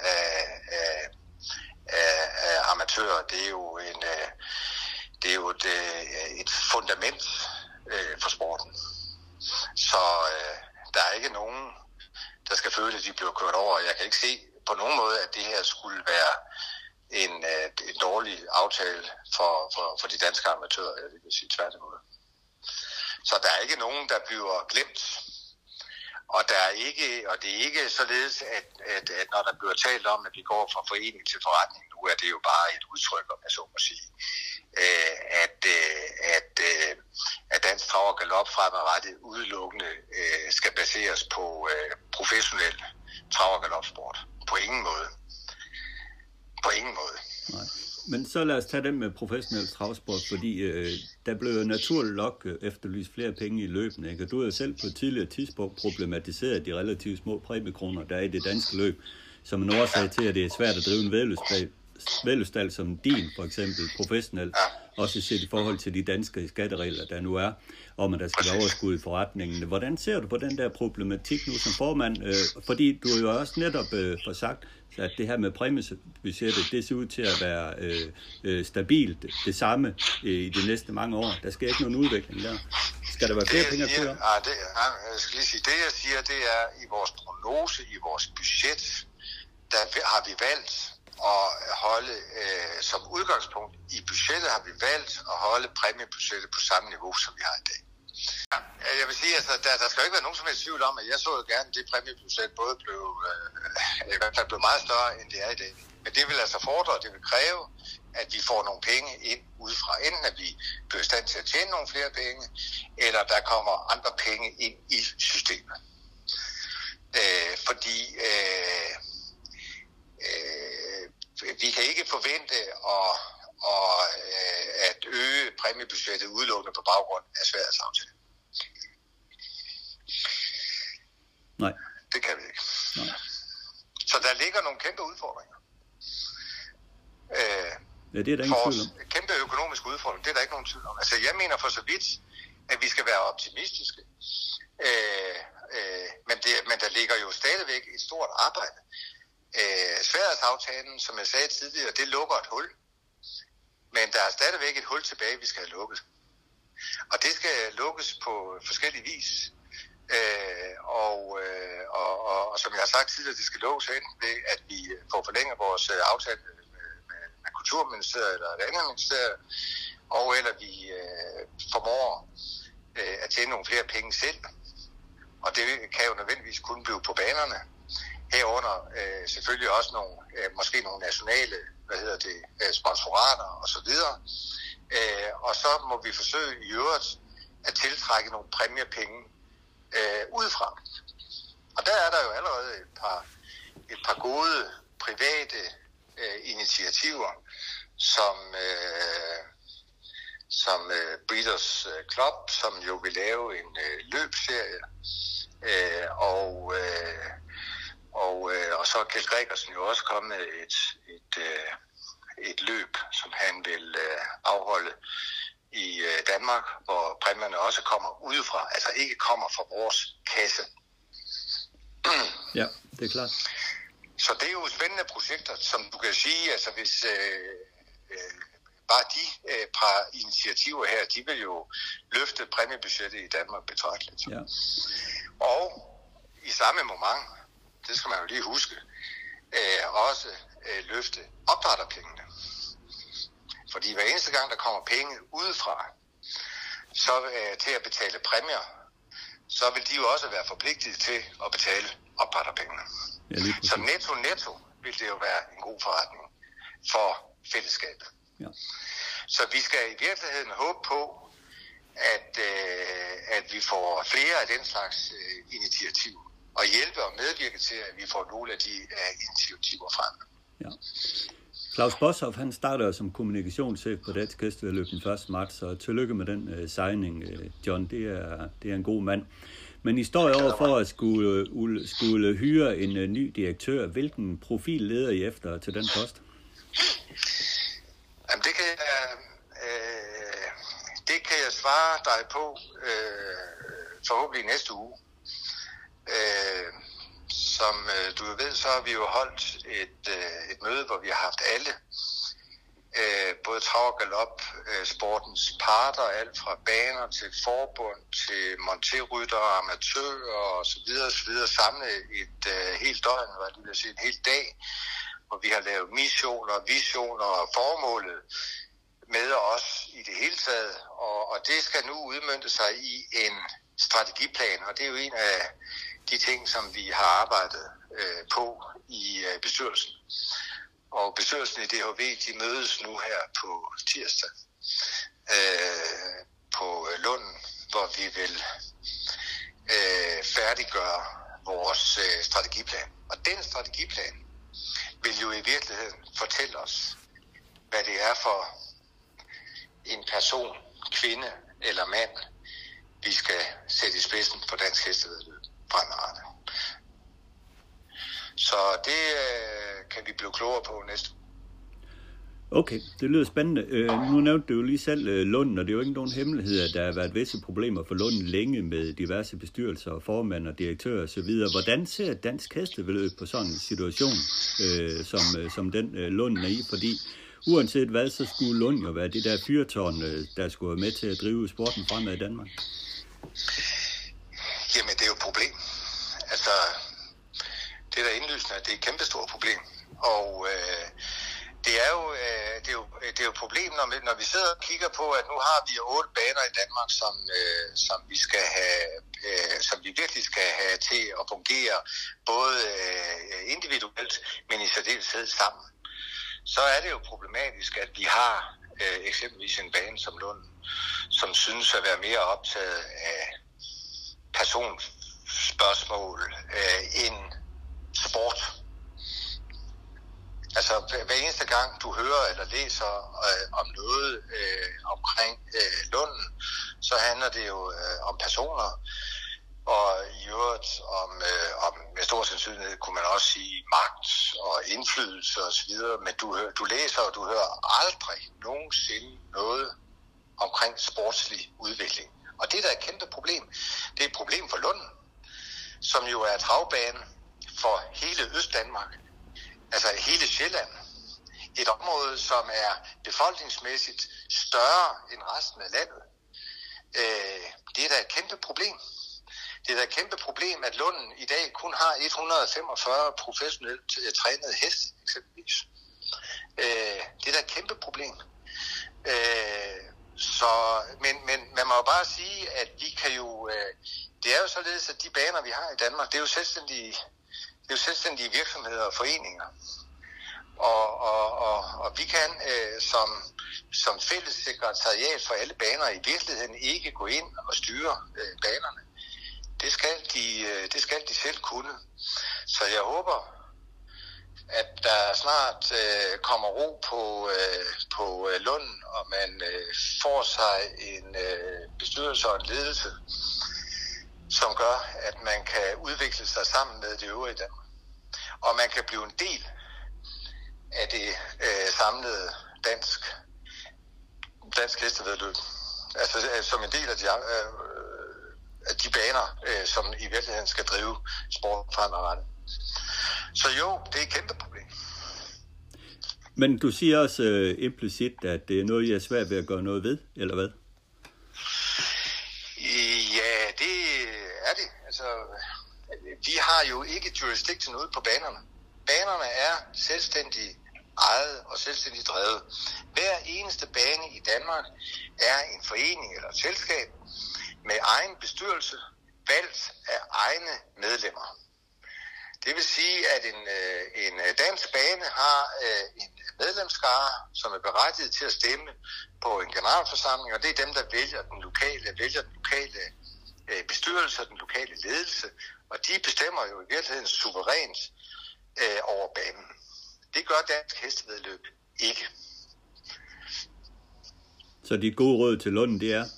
af amatører, det er jo et fundament for sporten. Så der er ikke nogen, der skal føle, at de bliver kørt over. Jeg kan ikke se på nogen måde, at det her skulle være en dårlig aftale for de danske amatører, jeg vil sige tværtimod. Så der er ikke nogen, der bliver glemt. Og det er ikke således, at når der bliver talt om, at vi går fra forening til forretning, nu er det jo bare et udtryk, om jeg så må sige, at Dansk Trav og galop fremadrettet udelukkende skal baseres på professionel trav- og galopsport. På ingen måde. På ingen måde. Nej. Men så lad os tage den med professionel travsport, fordi der blev jo naturligt nok efterlyst flere penge i løbene, ikke? Og du har jo selv på et tidligere tidspunkt problematiseret de relativt små præmiekroner, der er i det danske løb, som en årsag til, at det er svært at drive en væddeløbsstald som din, for eksempel, professionelt, også set i forhold til de danske skatteregler, der nu er, om at der skal være overskud i forretningen. Hvordan ser du på den der problematik nu som formand? Fordi du jo også netop får sagt, at det her med præmiebudgettet, det ser ud til at være stabilt det samme i de næste mange år. Der skal ikke nogen udvikling der. Skal der være flere penge at køre? Jeg skal lige sige, det jeg siger, det er i vores prognose, i vores budget, der har vi valgt at holde, som udgangspunkt i budgettet har vi valgt at holde præmiebudgettet på samme niveau, som vi har i dag. Jeg vil sige, altså, der skal jo ikke være nogen som helst tvivl om, at jeg så jo gerne, at det præmiebudget både blev, i hvert fald blev meget større, end det er i dag. Men det vil altså fordre, det vil kræve, at vi får nogle penge ind udefra. Enten at vi bliver i stand til at tjene nogle flere penge, eller der kommer andre penge ind i systemet. Fordi vi kan ikke forvente at øge præmiebudgettet udelukkende på baggrund af sværhedsaftalen. Nej. Det kan vi ikke. Nej. Så der ligger nogle kæmpe udfordringer. Ja, det er der ingen tvivl om. Kæmpe økonomiske udfordringer, det er der ikke nogen tvivl om. Altså, jeg mener for så vidt, at vi skal være optimistiske. Men der ligger jo stadigvæk et stort arbejde. Sværhedsaftalen, som jeg sagde tidligere, det lukker et hul. Men der er stadigvæk et hul tilbage, vi skal have lukket. Og det skal lukkes på forskellige vis. Og som jeg har sagt tidligere, det skal lukkes ind ved, at vi får forlænget vores aftale med Kulturministeriet eller et andet ministerium, og eller vi formår at tjene nogle flere penge selv. Og det kan jo nødvendigvis kun blive på banerne. Herunder selvfølgelig også nogle, måske nogle nationale sponsorater og så videre. Og så må vi forsøge i øvrigt at tiltrække nogle præmiepenge udefra. Og der er der jo allerede et par gode private initiativer, som Breeders Club, som jo vil lave en løbsserie, og så er Kjeld Gregersen jo også kommet med et løb, som han vil afholde i Danmark, hvor præmierne også kommer udefra, altså ikke kommer fra vores kasse. Ja, det er klart. Så det er jo spændende projekter, som du kan sige, altså hvis bare de par initiativer her, de vil jo løfte præmiebudgettet i Danmark betragteligt. Ja. Og i samme moment, det skal man jo lige huske, også løfte opdrætterpengene. Fordi hver eneste gang, der kommer penge udefra, så til at betale præmier, så vil de jo også være forpligtet til at betale opdrætterpengene. Ja, så netto vil det jo være en god forretning for fællesskabet. Ja. Så vi skal i virkeligheden håbe på, at vi får flere af den slags initiativer, og hjælpe og medvirke til, at vi får nogle af de initiativer frem. Ja. Claus Boshoff, han starter som kommunikationschef på Dansk Hestevæddeløb den 1. marts, og tillykke med den signing, John. Det er en god mand. Men I står over for at skulle hyre en ny direktør. Hvilken profil leder I efter til den post? Jamen, det kan jeg svare dig på forhåbentlig næste uge. Som du ved, så har vi jo holdt et møde, hvor vi har haft alle, både trav- og galop, sportens parter, alt fra baner til forbund, til monterryttere, amatører og så videre, samlet et helt døgn, en hel dag, hvor vi har lavet missioner, visioner og formålet med os i det hele taget, og det skal nu udmønte sig i en strategiplan, og det er jo en af de ting, som vi har arbejdet på i bestyrelsen. Og bestyrelsen i DHV, de mødes nu her på tirsdag på Lunden, hvor vi vil færdiggøre vores strategiplan. Og den strategiplan vil jo i virkeligheden fortælle os, hvad det er for en person, kvinde eller mand, vi skal sætte i spidsen for dansk hestevæddeløb fremadrettet. Så det kan vi blive klogere på næste uge. Okay, det lyder spændende. Nu nævnte du jo lige selv Lunden, og det er jo ikke nogen hemmelighed, at der har været visse problemer for Lunden længe med diverse bestyrelser og formænd og direktører osv. Hvordan ser dansk hestevæddeløb på sådan en situation, som den Lunden er i? Fordi uanset hvad, så skulle Lund jo være det der fyrtårn, der skulle være med til at drive sporten fremad i Danmark. Jamen, det er jo et problem. Altså, det er da indlysende, at det er et kæmpestort problem. Og det er jo et problem, når vi sidder og kigger på, at nu har vi 8 baner i Danmark, som vi skal have, som vi virkelig skal have til at fungere, både individuelt, men i særdeleshed sammen. Så er det jo problematisk, at vi har eksempelvis en bane som Lund, som synes at være mere optaget af personspørgsmål end sport. Altså hver eneste gang du hører eller læser om noget omkring Lunden, så handler det jo om personer, og i øvrigt om med stor sandsynlighed kunne man også sige magt og indflydelse osv., men du læser og du hører aldrig nogensinde noget omkring sportslig udvikling. Og det der er et kæmpe problem. Det er et problem for Lunden, som jo er travbane for hele Østdanmark, altså hele Sjælland. Et område, som er befolkningsmæssigt større end resten af landet. Det er da et kæmpe problem. Det er da et kæmpe problem, at Lunden i dag kun har 145 professionelt trænede heste, eksempelvis. Det er da et kæmpe problem. Men man må jo bare sige, at vi kan jo... det er jo således, at de baner, vi har i Danmark, det er jo selvstændige virksomheder og foreninger. Og vi kan som fælles sekretariat for alle baner i virkeligheden ikke gå ind og styre banerne. Det skal de selv kunne. Så jeg håber, at der snart kommer ro på Lunden, og man får sig en bestyrelse og en ledelse, som gør, at man kan udvikle sig sammen med det øvrige Danmark. Og man kan blive en del af det samlede dansk hestevæddeløb. Altså som en del af de baner, som i virkeligheden skal drive sport fremadrettet. Så jo, det er et kæmpe problem. Men du siger også implicit, at det er noget, jeg er svært ved at gøre noget ved, eller hvad? Ja, det er det. Altså, vi har jo ikke jurisdiktion ude på banerne. Banerne er selvstændigt ejet og selvstændigt drevet. Hver eneste bane i Danmark er en forening eller et selskab med egen bestyrelse, valgt af egne medlemmer. Det vil sige, at en dansk bane har en medlemsskare, som er berettiget til at stemme på en generalforsamling, og det er dem, der vælger den lokale bestyrelse og den lokale ledelse, og de bestemmer jo i virkeligheden suverænt over banen. Det gør dansk hestevæddeløb ikke. Så dit gode råd til Lunden, det er?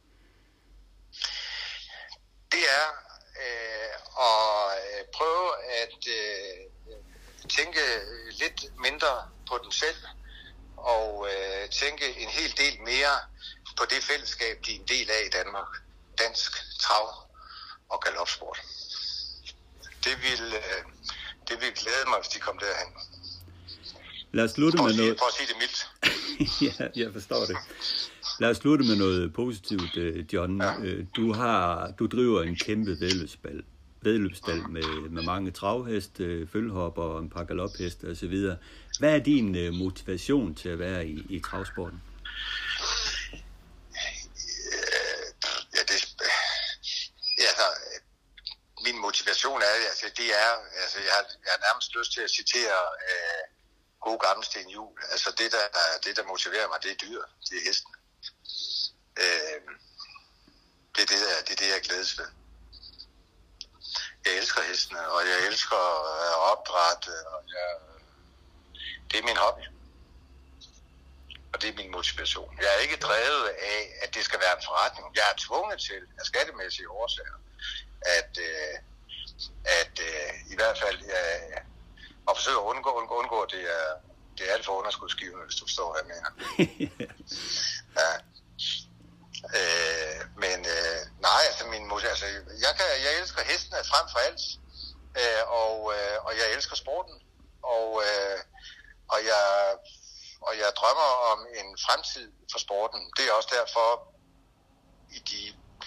Det er at prøve at tænke lidt mindre på den selv, og tænke en hel del mere på det fællesskab, de er en del af i Danmark. Dansk trav- og galopsport. Det vil glæde mig, hvis de kom derhen. Lad os slutte med noget... For at sige det mildt. Ja, jeg forstår det. Lad os slutte med noget positivt, John. Ja. Du driver en kæmpe væddeløbsstald med mange travheste, følhopper, en par galopheste osv. Hvad er din motivation til at være i travsporten? Min motivation er, jeg har nærmest lyst til at citere gode gamle Sten Juhl. Altså det der motiverer mig, det er dyr, det er hesten. Det det er det, jeg glædes ved. Jeg elsker hestene, og jeg elsker at opdrætte, og det er min hobby. Og det er min motivation. Jeg er ikke drevet af, at det skal være en forretning. Jeg er tvunget til, af skattemæssige årsager, at i hvert fald at forsøge at undgå det er alt for underskudsgivende, hvis du forstår, hvad jeg mener. Ja. Nej, altså jeg elsker hestene frem for alt, og jeg elsker sporten, og jeg drømmer om en fremtid for sporten. Det er også derfor, i de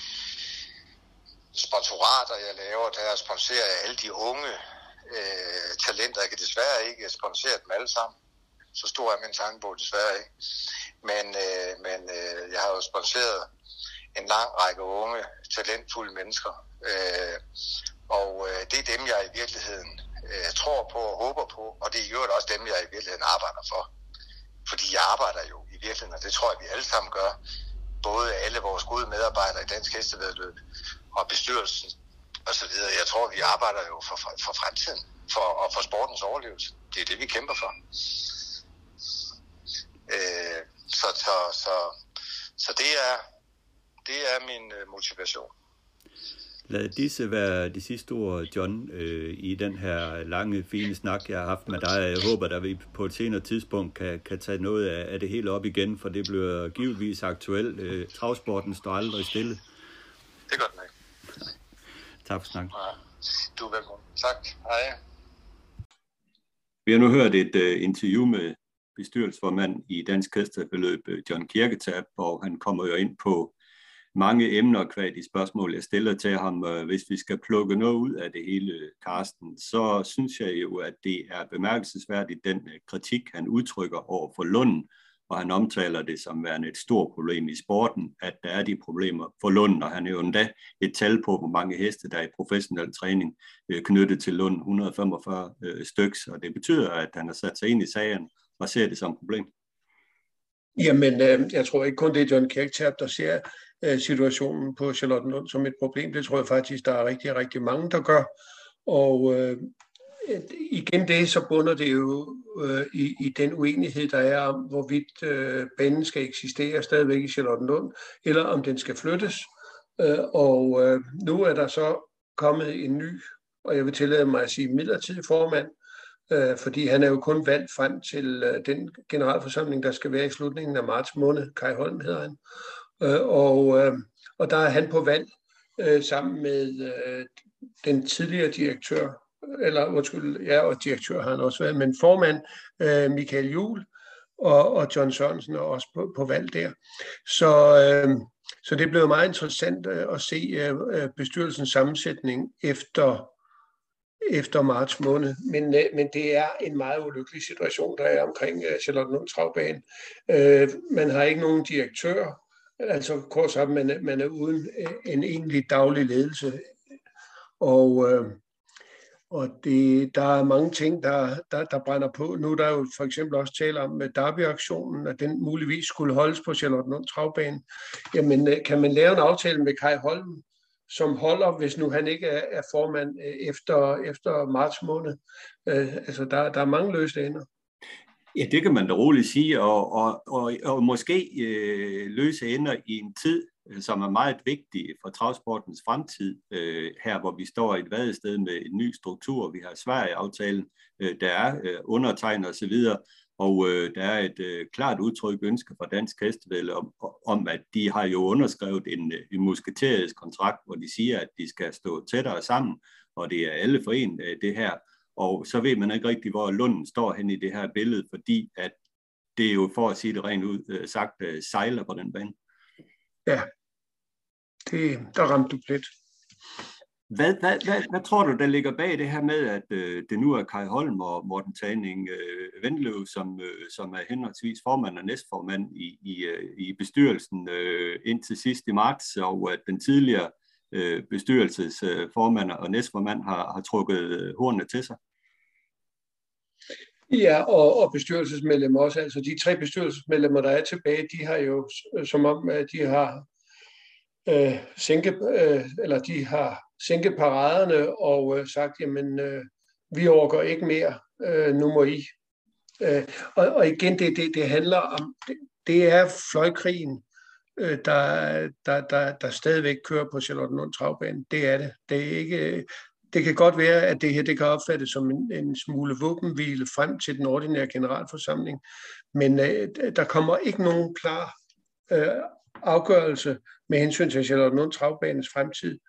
sponsorater, jeg laver, der sponsorerer jeg alle de unge talenter. Jeg kan desværre ikke sponsere dem alle sammen. Så stor er min tankebog desværre ikke. Men jeg har jo sponsoreret en lang række unge, talentfulde mennesker. Det er dem, jeg i virkeligheden tror på og håber på. Og det er jo også dem, jeg i virkeligheden arbejder for. Fordi jeg arbejder jo i virkeligheden, og det tror jeg, vi alle sammen gør. Både alle vores gode medarbejdere i Dansk Hestevæddeløb og bestyrelsen osv. Jeg tror, vi arbejder jo for fremtiden og for sportens overlevelse. Det er det, vi kæmper for. Så det er min motivation. Lad disse være de sidste ord, John, i den her lange, fine snak, jeg har haft med dig. Jeg håber, at vi på et senere tidspunkt kan tage noget af det hele op igen, for det bliver givetvis aktuelt. Travsporten står aldrig stille. Det gør den ikke. Tak for snakken. Ja, du er velkommen. Tak. Hej. Vi har nu hørt et interview med bestyrelsesformand i Dansk Hestevæddeløb, John Kirketab, og han kommer jo ind på mange emner kvad de spørgsmål, jeg stiller til ham. Hvis vi skal plukke noget ud af det hele, Carsten, så synes jeg jo, at det er bemærkelsesværdigt den kritik, han udtrykker over for Lunden, og han omtaler det som værende et stort problem i sporten, at der er de problemer for Lunden, og han er jo endda et tal på, hvor mange heste, der er i professionel træning knyttet til Lunden, 145 styks, og det betyder, at han har sat sig ind i sagen og ser det som et problem. Jamen, jeg tror ikke kun det er John Kirketab, der ser situationen på Charlottenlund som et problem. Det tror jeg faktisk, der er rigtig, rigtig mange, der gør. Og igen det, så bunder det jo i den uenighed, der er om, hvorvidt banen skal eksistere stadigvæk i Charlottenlund, eller om den skal flyttes. Nu er der så kommet en ny, og jeg vil tillade mig at sige midlertidig formand, fordi han er jo kun valgt frem til den generalforsamling, der skal være i slutningen af marts måned. Kai Holm hedder han. Og der er han på valg sammen med den tidligere direktør, og direktør har han også været, men formand Michael Juhl og John Sørensen er også på valg der. Så det blev meget interessant at se bestyrelsens sammensætning efter marts måned, men det er en meget ulykkelig situation, der er omkring Charlottenlund Travbane. Man har ikke nogen direktør, altså kort sagt, man er uden en egentlig daglig ledelse, og der er mange ting, der brænder på. Nu er der jo for eksempel også tale om Derby-aktionen, at den muligvis skulle holdes på Charlottenlund Travbane. Jamen, kan man lave en aftale med Kai Holm, som holder, hvis nu han ikke er formand efter marts måned? Altså, der er mange løse ender. Ja, det kan man da roligt sige, og måske løse ender i en tid, som er meget vigtig for travsportens fremtid, her hvor vi står i et vadested med en ny struktur. Vi har Sverige-aftalen, der er undertegnet osv., og der er et klart udtryk ønske fra Dansk Hestevæddeløb om, at de har jo underskrevet en musketerisk kontrakt, hvor de siger, at de skal stå tættere sammen, og det er alle for en, det her. Og så ved man ikke rigtig, hvor Lunden står hen i det her billede, fordi at det er jo, for at sige det rent ud sagt, sejler på den bane. Ja, der ramte du plet. Hvad tror du, der ligger bag det her med, at det nu er Kai Holm og Morten Taning Vendeløv, som er henholdsvis formand og næstformand i bestyrelsen indtil sidst i marts, og at den tidligere bestyrelsesformand og næstformand har trukket hornene til sig? Ja, og bestyrelsesmedlemmer også. Altså de 3 bestyrelsesmedlemmer, der er tilbage, de har jo, som om de har eller de har sænket paraderne og sagt, jamen vi overgår ikke mere, nu må I. Og igen, det handler om, det er fløjkrigen, der stadigvæk kører på Charlottenlund Travbane. Det er det. Det er ikke. Det kan godt være, at det her det kan opfattes som en smule våbenhvile frem til den ordinære generalforsamling, men der kommer ikke nogen klar afgørelse med hensyn til Charlottenlund Travbanens fremtid,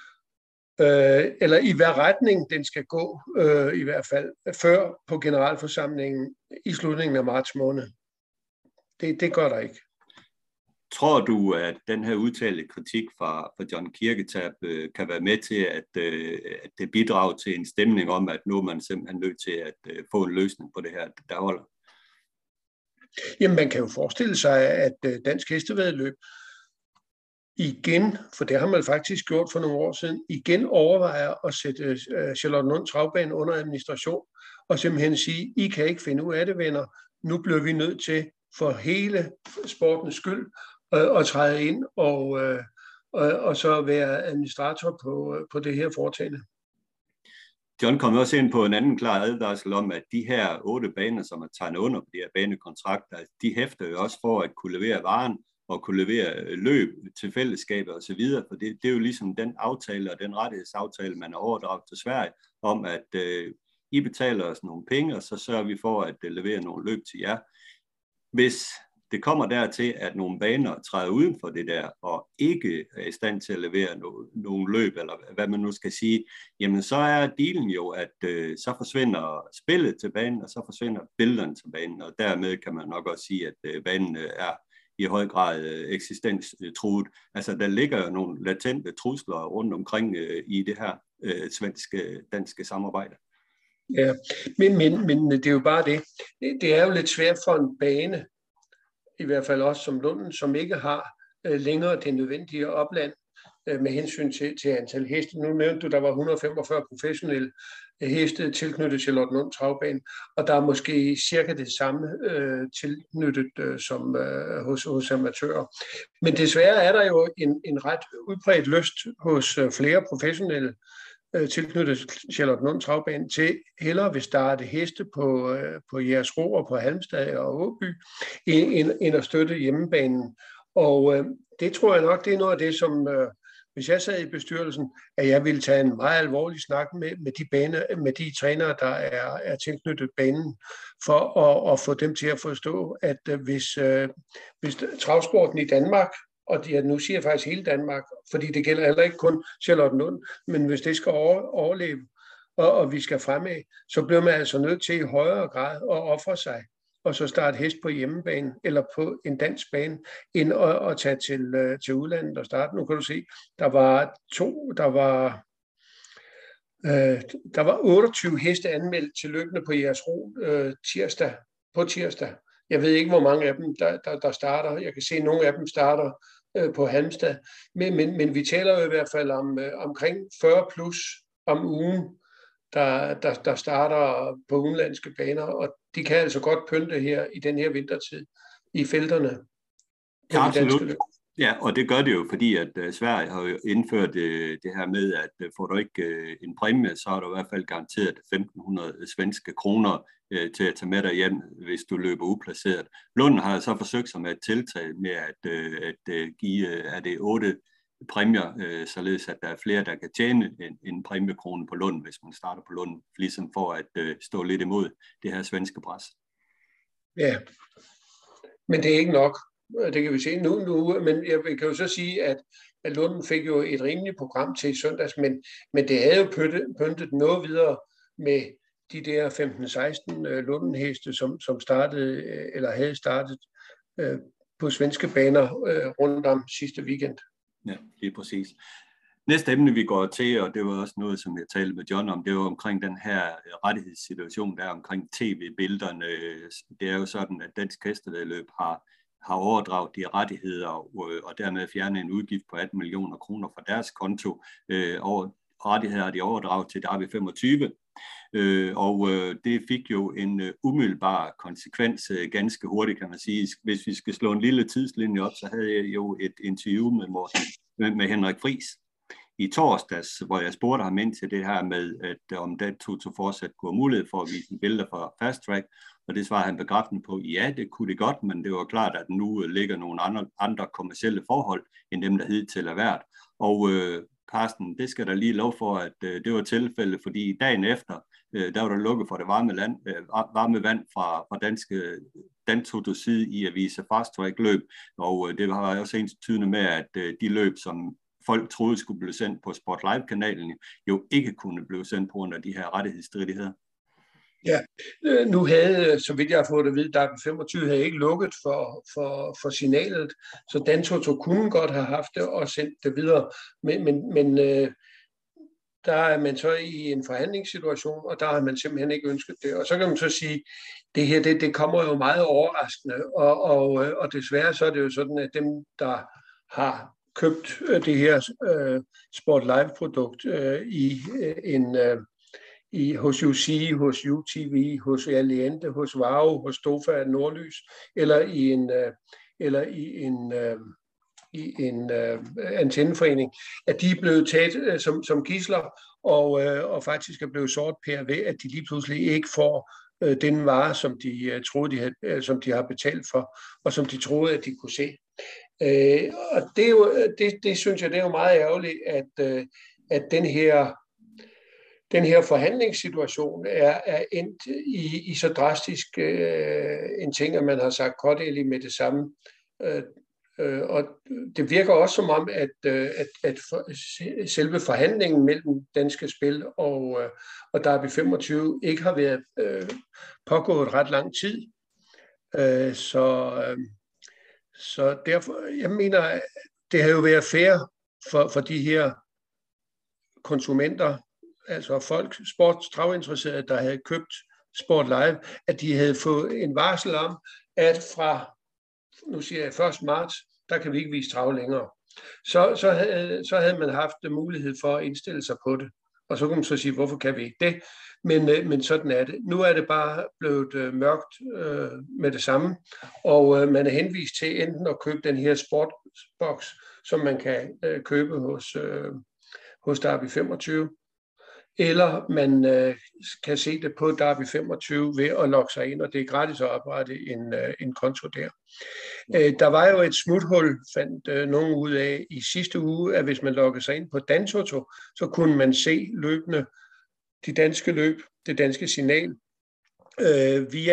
eller i hvad retning den skal gå, i hvert fald før på generalforsamlingen i slutningen af marts måned. Det gør der ikke. Tror du, at den her udtalte kritik fra John Kirketerp kan være med til, at det bidrager til en stemning om, at nu er man simpelthen nødt til at få en løsning på det her, der holder? Jamen, man kan jo forestille sig, at Dansk Hestevæddeløb igen, for det har man faktisk gjort for nogle år siden, igen overvejer at sætte Charlottenlund Travbane under administration, og simpelthen sige, I kan ikke finde ud af det, venner. Nu bliver vi nødt til for hele sportens skyld at træde ind og så være administrator på det her foretagende. John kom også ind på en anden klar advarsel om, at de her 8 baner, som er tegnet under på de her banekontrakter, de hæfter jo også for at kunne levere varen og kunne levere løb til fællesskabet osv. For det er jo ligesom den aftale og den rettighedsaftale, man har overdraget til Sverige, om at I betaler os nogle penge, og så sørger vi for at levere nogle løb til jer. Hvis det kommer dertil, at nogle baner træder uden for det der, og ikke er i stand til at levere nogle løb, eller hvad man nu skal sige, jamen så er dealen jo, at så forsvinder spillet til banen, og så forsvinder billederne til banen, og dermed kan man nok også sige, at banen er i høj grad eksistenstruet. Altså der ligger jo nogle latente trusler rundt omkring i det her svensk-danske samarbejde. Ja, men det er jo bare det. Det er jo lidt svært for en bane, i hvert fald også som Lunden, som ikke har længere det nødvendige opland med hensyn til antal heste. Nu nævnte du, der var 145 professionelle heste tilknyttet Charlottenlund Travbane, og der er måske cirka det samme tilknyttet som hos amatører. Men desværre er der jo en ret udbredt lyst hos flere professionelle tilknyttet Charlottenlund Travbane til hellere vil starte heste på Jægersro og på Halmstad og Åby, end at støtte hjemmebanen. Og det tror jeg nok, det er noget af det, som hvis jeg sad i bestyrelsen, at jeg ville tage en meget alvorlig snak med de trænere, der er tilknyttet banen, for at få dem til at forstå, at hvis travsporten i Danmark, og nu siger jeg faktisk hele Danmark, fordi det gælder heller ikke kun Charlottenlund, men hvis det skal overleve, og vi skal fremad, så bliver man altså nødt til i højere grad at ofre sig, og så starte hest på hjemmebane, eller på en dansk bane, end at tage til udlandet og starte. Nu kan du se, der var 28 heste anmeldt til løbende på Jægersro tirsdag. Jeg ved ikke, hvor mange af dem, der starter. Jeg kan se, at nogle af dem starter på Halmstad. Men vi taler jo i hvert fald om omkring 40 plus om ugen, der starter på udenlandske baner. Og de kan altså godt pynte her i den her vintertid i felterne. Ja, absolut. Ja, og det gør det jo, fordi at Sverige har jo indført det her med, at får du ikke en præmie, så er du i hvert fald garanteret 1.500 svenske kroner til at tage med dig hjem, hvis du løber uplaceret. Lund har så forsøgt sig med et tiltag med at give 8 præmier, således at der er flere, der kan tjene en præmiekrone på Lund, hvis man starter på Lund, ligesom for at stå lidt imod det her svenske pres. Ja, men det er ikke nok. Det kan vi se nu, men jeg kan jo så sige, at Lunden fik jo et rimeligt program til i søndags, men det havde jo pyntet noget videre med de der 15-16 Lundenheste, som startede, eller havde startet på svenske baner rundt om sidste weekend. Ja, lige præcis. Næste emne, vi går til, og det var også noget, som jeg talte med John om, det var omkring den her rettighedssituation, der er omkring tv-billederne. Det er jo sådan, at Dansk Hestevæddeløb har overdraget de rettigheder og dermed fjernet en udgift på 18 millioner kroner fra deres konto. Og rettigheder har de overdraget til Derby 25. Og det fik jo en umiddelbar konsekvens ganske hurtigt, kan man sige. Hvis vi skal slå en lille tidslinje op, så havde jeg jo et interview med Morten med Henrik Friis i torsdags, hvor jeg spurgte ham ind til det her med, at om DanToto fortsat kunne have mulighed for at vise billeder fra Fast Track, og det svarede han bekræftende på, ja, det kunne det godt, men det var klart, at nu ligger nogle andre kommercielle forhold, end dem, der hidtil er været. Og Carsten, det skal der lige lov for, at det var tilfælde, fordi dagen efter, der var der lukket for det varme vand fra DanTotos side i at vise Fast Track løb, og det var også ens tydende med, at de løb, som folk troede skulle blive sendt på Sport Live-kanalen, jo ikke kunne blive sendt på grund af de her rettighedsstridigheder. Ja, nu havde, så vidt jeg har fået det at vide, Derby 25 havde ikke lukket for signalet, så DanToto kunne godt have haft det og sendt det videre, men der er man så i en forhandlingssituation, og der har man simpelthen ikke ønsket det. Og så kan man så sige, det her, det kommer jo meget overraskende, og desværre så er det jo sådan, at dem, der har købt det her Sport Live-produkt hos UC, hos UTV, hos Allente, hos Varo, hos Stofa Nordlys, eller i en antenneforening, at de er blevet taget som gidsler, og faktisk er blevet sort per ved, at de lige pludselig ikke får den vare, som de troede, som de har betalt for, og som de troede, at de kunne se. Og det er jo, det synes jeg, det er jo meget ærgerligt, at den her forhandlingssituation er endt i så drastisk en ting, at man har sagt kortelig med det samme. Og det virker også som om, at selve forhandlingen mellem Danske Spil og Derby 25 ikke har været pågået ret lang tid. Så derfor, jeg mener, det har jo været fair for de her konsumenter, altså folk, sportstravinteresserede, der havde købt Sport Live, at de havde fået en varsel om, at fra, nu siger jeg 1. marts, der kan vi ikke vise trav længere. Så havde man haft mulighed for at indstille sig på det. Og så kunne man så sige, hvorfor kan vi ikke det? Men sådan er det. Nu er det bare blevet mørkt med det samme, og man er henvist til enten at købe den her sportbox, som man kan købe hos Derby 25, eller man kan se det på Derby 25 ved at logge sig ind, og det er gratis at oprette en konto der. Der var jo et smuthul, fandt nogen ud af i sidste uge, at hvis man loggede sig ind på DanToto, så kunne man se løbende de danske løb, det danske signal, via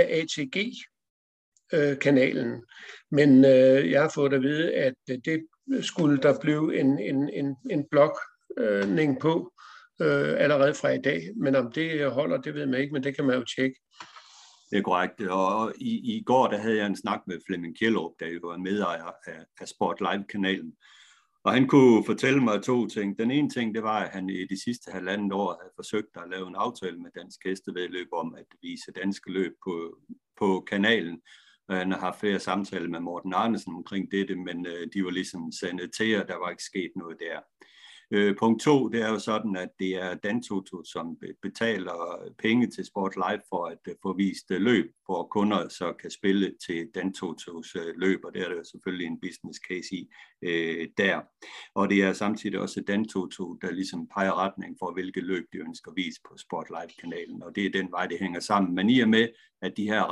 ATG-kanalen. Men jeg har fået at vide, at det skulle der blive en blokning på, allerede fra i dag, men om det holder, det ved man ikke, men det kan man jo tjekke. Det er korrekt, og i går der havde jeg en snak med Flemming Kjellerup, der jo er medejer af Sport Live-kanalen, og han kunne fortælle mig 2 ting. Den ene ting, det var, at han i de sidste 1,5 år havde forsøgt at lave en aftale med Dansk Hestevæddeløb om at vise danske løb på kanalen. Han har haft flere samtaler med Morten Arnesen omkring dette, men de var ligesom sendet til, og der var ikke sket noget der. Punkt 2, det er jo sådan, at det er DanToto, som betaler penge til Sport Live for at få vist løb, hvor kunder så kan spille til DanTotos løb, og det er der selvfølgelig en business case i der. Og det er samtidig også DanToto, der ligesom peger retning for, hvilke løb de ønsker at vise på Sport Live-kanalen, og det er den vej, det hænger sammen. Men i og med, at de her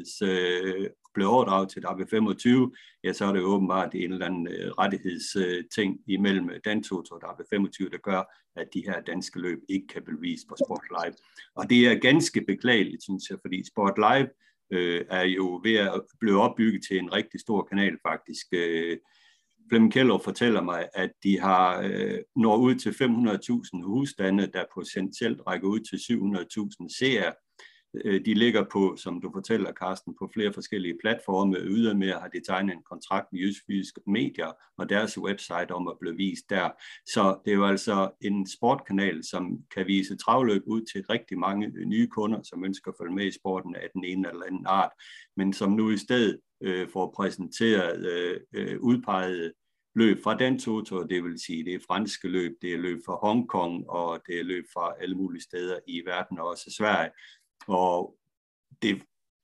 blev overdraget til Derby 25, ja, så er det åbenbart en eller anden rettighedsting imellem DanToto og Derby 25, der gør, at de her danske løb ikke kan blive vist på Sport Live. Og det er ganske beklageligt, synes jeg, fordi Sport Live er jo ved at blive opbygget til en rigtig stor kanal, faktisk. Flemming Kjellerup fortæller mig, at de har når ud til 500.000 husstande, der potentielt rækker ud til 700.000 seere. De ligger på, som du fortæller, Carsten, på flere forskellige platforme. Ydermere har de tegnet en kontrakt med Jysk Medier og deres website om at blive vist der. Så det er jo altså en sportkanal, som kan vise travløb ud til rigtig mange nye kunder, som ønsker at følge med i sporten af den ene eller anden art, men som nu i stedet får præsenteret udpegede løb fra DanToto, det vil sige, det er franske løb, det er løb fra Hongkong, og det er løb fra alle mulige steder i verden, og også Sverige. Og det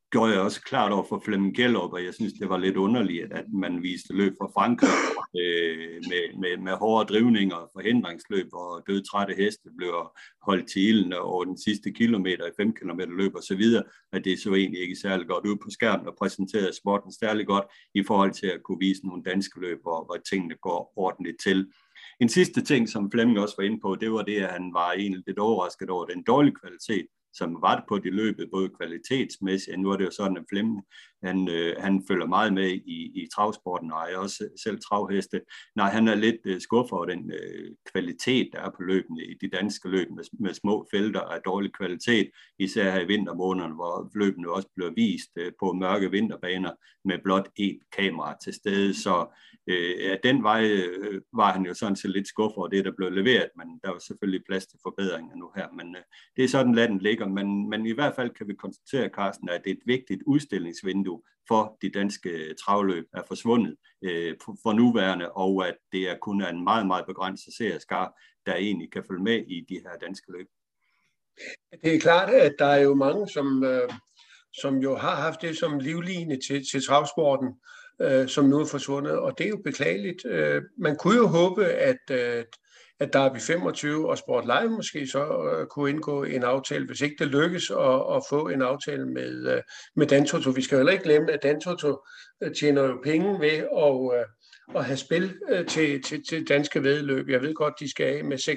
gjorde jeg også klart over for Flemming Kjellup, og jeg synes, det var lidt underligt, at man viste løb fra Frankrig med hårde drivninger, forhindringsløb, og dødtrætte heste blev holdt til ilden over den sidste kilometer i 5 km løb og så videre, at det så egentlig ikke særlig godt ud på skærmen og præsenterede sporten særlig godt i forhold til at kunne vise nogle danske løb, hvor tingene går ordentligt til. En sidste ting, som Flemming også var inde på, det var det, at han var egentlig lidt overrasket over den dårlige kvalitet, som var det på de løbet, både kvalitetsmæssigt. Nu er det jo sådan, at Flemming, han følger meget med i travsporten, og er også selv travheste. Nej, han er lidt skuffet over den kvalitet, der er på løbene i de danske løb, med små felter af dårlig kvalitet, især her i vintermånederne, hvor løbene også bliver vist på mørke vinterbaner med blot et kamera til stede. Så den vej var han jo sådan set lidt skuffet over det, der blev leveret, men der var selvfølgelig plads til forbedringer nu her. Men det er sådan, landet ligger. Men i hvert fald kan vi konstatere, Carsten, at det er et vigtigt udstillingsvindue for de danske travløb er forsvundet for nuværende, og at det er kun en meget, meget begrænset serieskare, der egentlig kan følge med i de her danske løb. Det er klart, at der er jo mange, som jo har haft det som livline til travsporten, som nu er forsvundet, og det er jo beklageligt. Man kunne jo håbe, at Derby 25 og Sport Live måske så kunne indgå en aftale, hvis ikke det lykkes at få en aftale med Dantoto. Vi skal jo heller ikke glemme, at Dantoto tjener jo penge ved at have spil til danske væddeløb. Jeg ved godt, de skal af med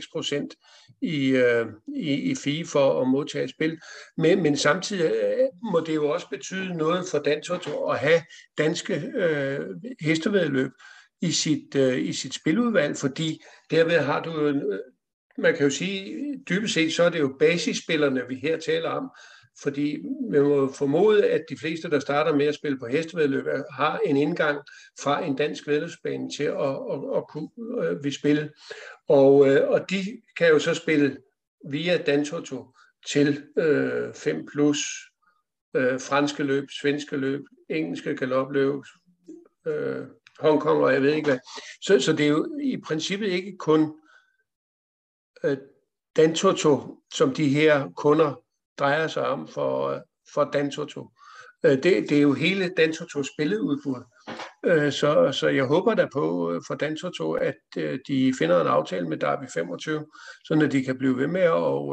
6% i fee for at modtage spil, men samtidig må det jo også betyde noget for Dantoto at have danske hestevæddeløb i sit spiludvalg, fordi derved har du jo, man kan jo sige, dybest set så er det jo basisspillerne, vi her taler om, fordi man må formode, at de fleste, der starter med at spille på hestevæddeløb, har en indgang fra en dansk væddeløbsbane til at kunne vil spille. Og de kan jo så spille via Dantoto til 5 plus, franske løb, svenske løb, engelske galopløb, Hongkong og jeg ved ikke hvad. Så det er jo i princippet ikke kun Dantoto, som de her kunder drejer sig om for Dantoto. Det er jo hele Dantotos spilleudbud. Så jeg håber da på for Dantoto, at de finder en aftale med Derby 25, så de kan blive ved med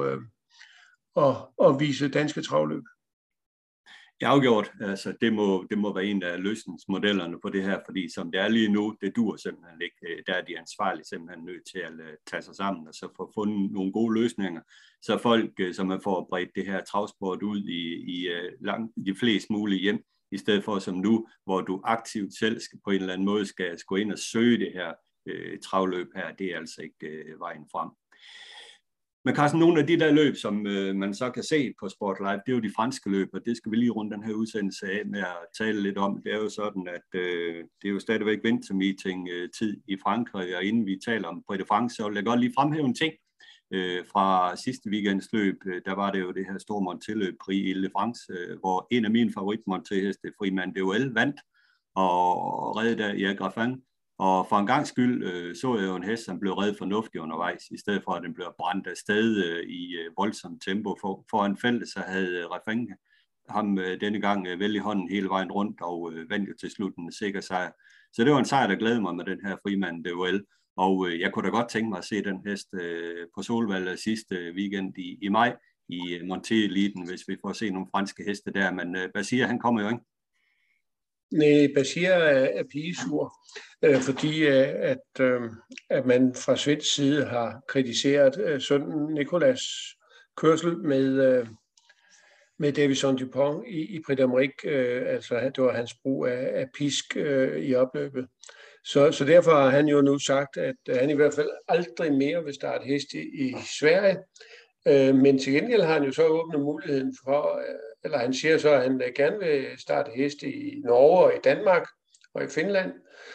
at vise danske travløb. Jeg afgjort, altså det må være en af løsningsmodellerne på det her, fordi som det er lige nu, det dur simpelthen ikke. Der er de ansvarlige simpelthen nødt til at tage sig sammen og så få fundet nogle gode løsninger, så folk, som man får bredt det her travsport ud i de flest mulige hjem, i stedet for som nu, hvor du aktivt selv på en eller anden måde skal gå ind og søge det her travløb her, det er altså ikke vejen frem. Men Carsten, nogle af de der løb, som man så kan se på Sport Live, det er jo de franske løb, og det skal vi lige runde den her udsendelse af med at tale lidt om. Det er jo sådan, at det er jo stadigvæk vintermeeting-tid i Frankrig, og inden vi taler om Prix de France, så vil jeg godt lige fremhæve en ting fra sidste weekends løb. Der var det jo det her store monteløb, Prix Île-de-France, hvor en af mine favoritmontéheste, Freeman Deouel, vandt og reddede af Erik Raffin. Og for en gang skyld så jeg jo en hest, som blev reddet fornuftigt undervejs, i stedet for at den blev brændt af sted i voldsomt tempo. Foran feltet så havde Raffin ham denne gang vel i hånden hele vejen rundt og vandt jo til slut en sikker sejr. Så det var en sejr, der glædede mig med den her Freeman Deouel. Og jeg kunne da godt tænke mig at se den hest på Solvalla sidste weekend i maj i Monté-eliten, hvis vi får se nogle franske heste der. Men Basir, han kommer jo ikke. Nej, Basir er pigesur, fordi at man fra svensk side har kritiseret sønnen Nicolas kørsel med Davison Dupont i Prix d'Amérique, altså det var hans brug af pisk i opløbet. Så derfor har han jo nu sagt, at han i hvert fald aldrig mere vil starte hest i Sverige. Men til gengæld har han jo så åbnet muligheden for, eller han siger så, at han gerne vil starte hest i Norge og i Danmark og i Finland.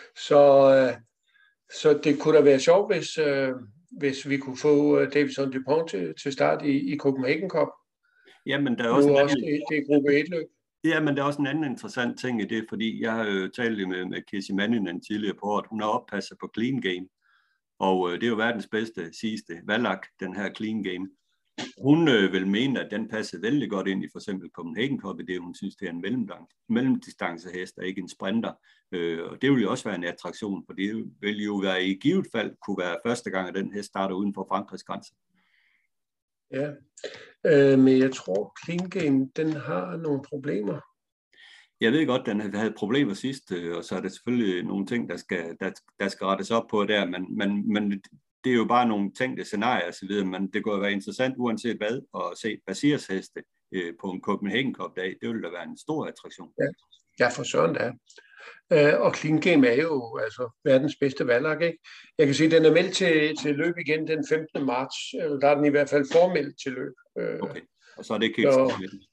Så det kunne da være sjovt, hvis vi kunne få Davison Dupont til start i Copenhagen Cup. Jamen, der er også det er gruppe 1-løb. Ja, men der er også en anden interessant ting i det, fordi jeg har jo talt med Casey Manninen tidligere på året. Hun har oppasset på Clean Game, og det er jo verdens bedste, sidste valak, den her Clean Game. Hun vil mene, at den passer vældig godt ind i for eksempel Copenhagen Cup, i det hun synes, det er en mellemdistancehest og ikke en sprinter. Og det vil jo også være en attraktion, for det vil jo være i givet fald kunne være første gang, at den hest starter uden for Frankrigs grænse. Ja, men jeg tror, Clean Game, den har nogle problemer. Jeg ved godt, den havde problemer sidst, og så er der selvfølgelig nogle ting, der skal rettes op på der, men det er jo bare nogle tænkte scenarier og så videre, men det kunne være interessant uanset hvad, at se Basirs heste på en Copenhagen Cup-dag. Det ville da være en stor attraktion. Ja, for søren da. Og Clean Game er jo altså verdens bedste valg, ikke? Jeg kan sige, at den er meldt til løb igen den 15. marts. Der er den i hvert fald formeldt til løb. Okay, og så er det ikke helt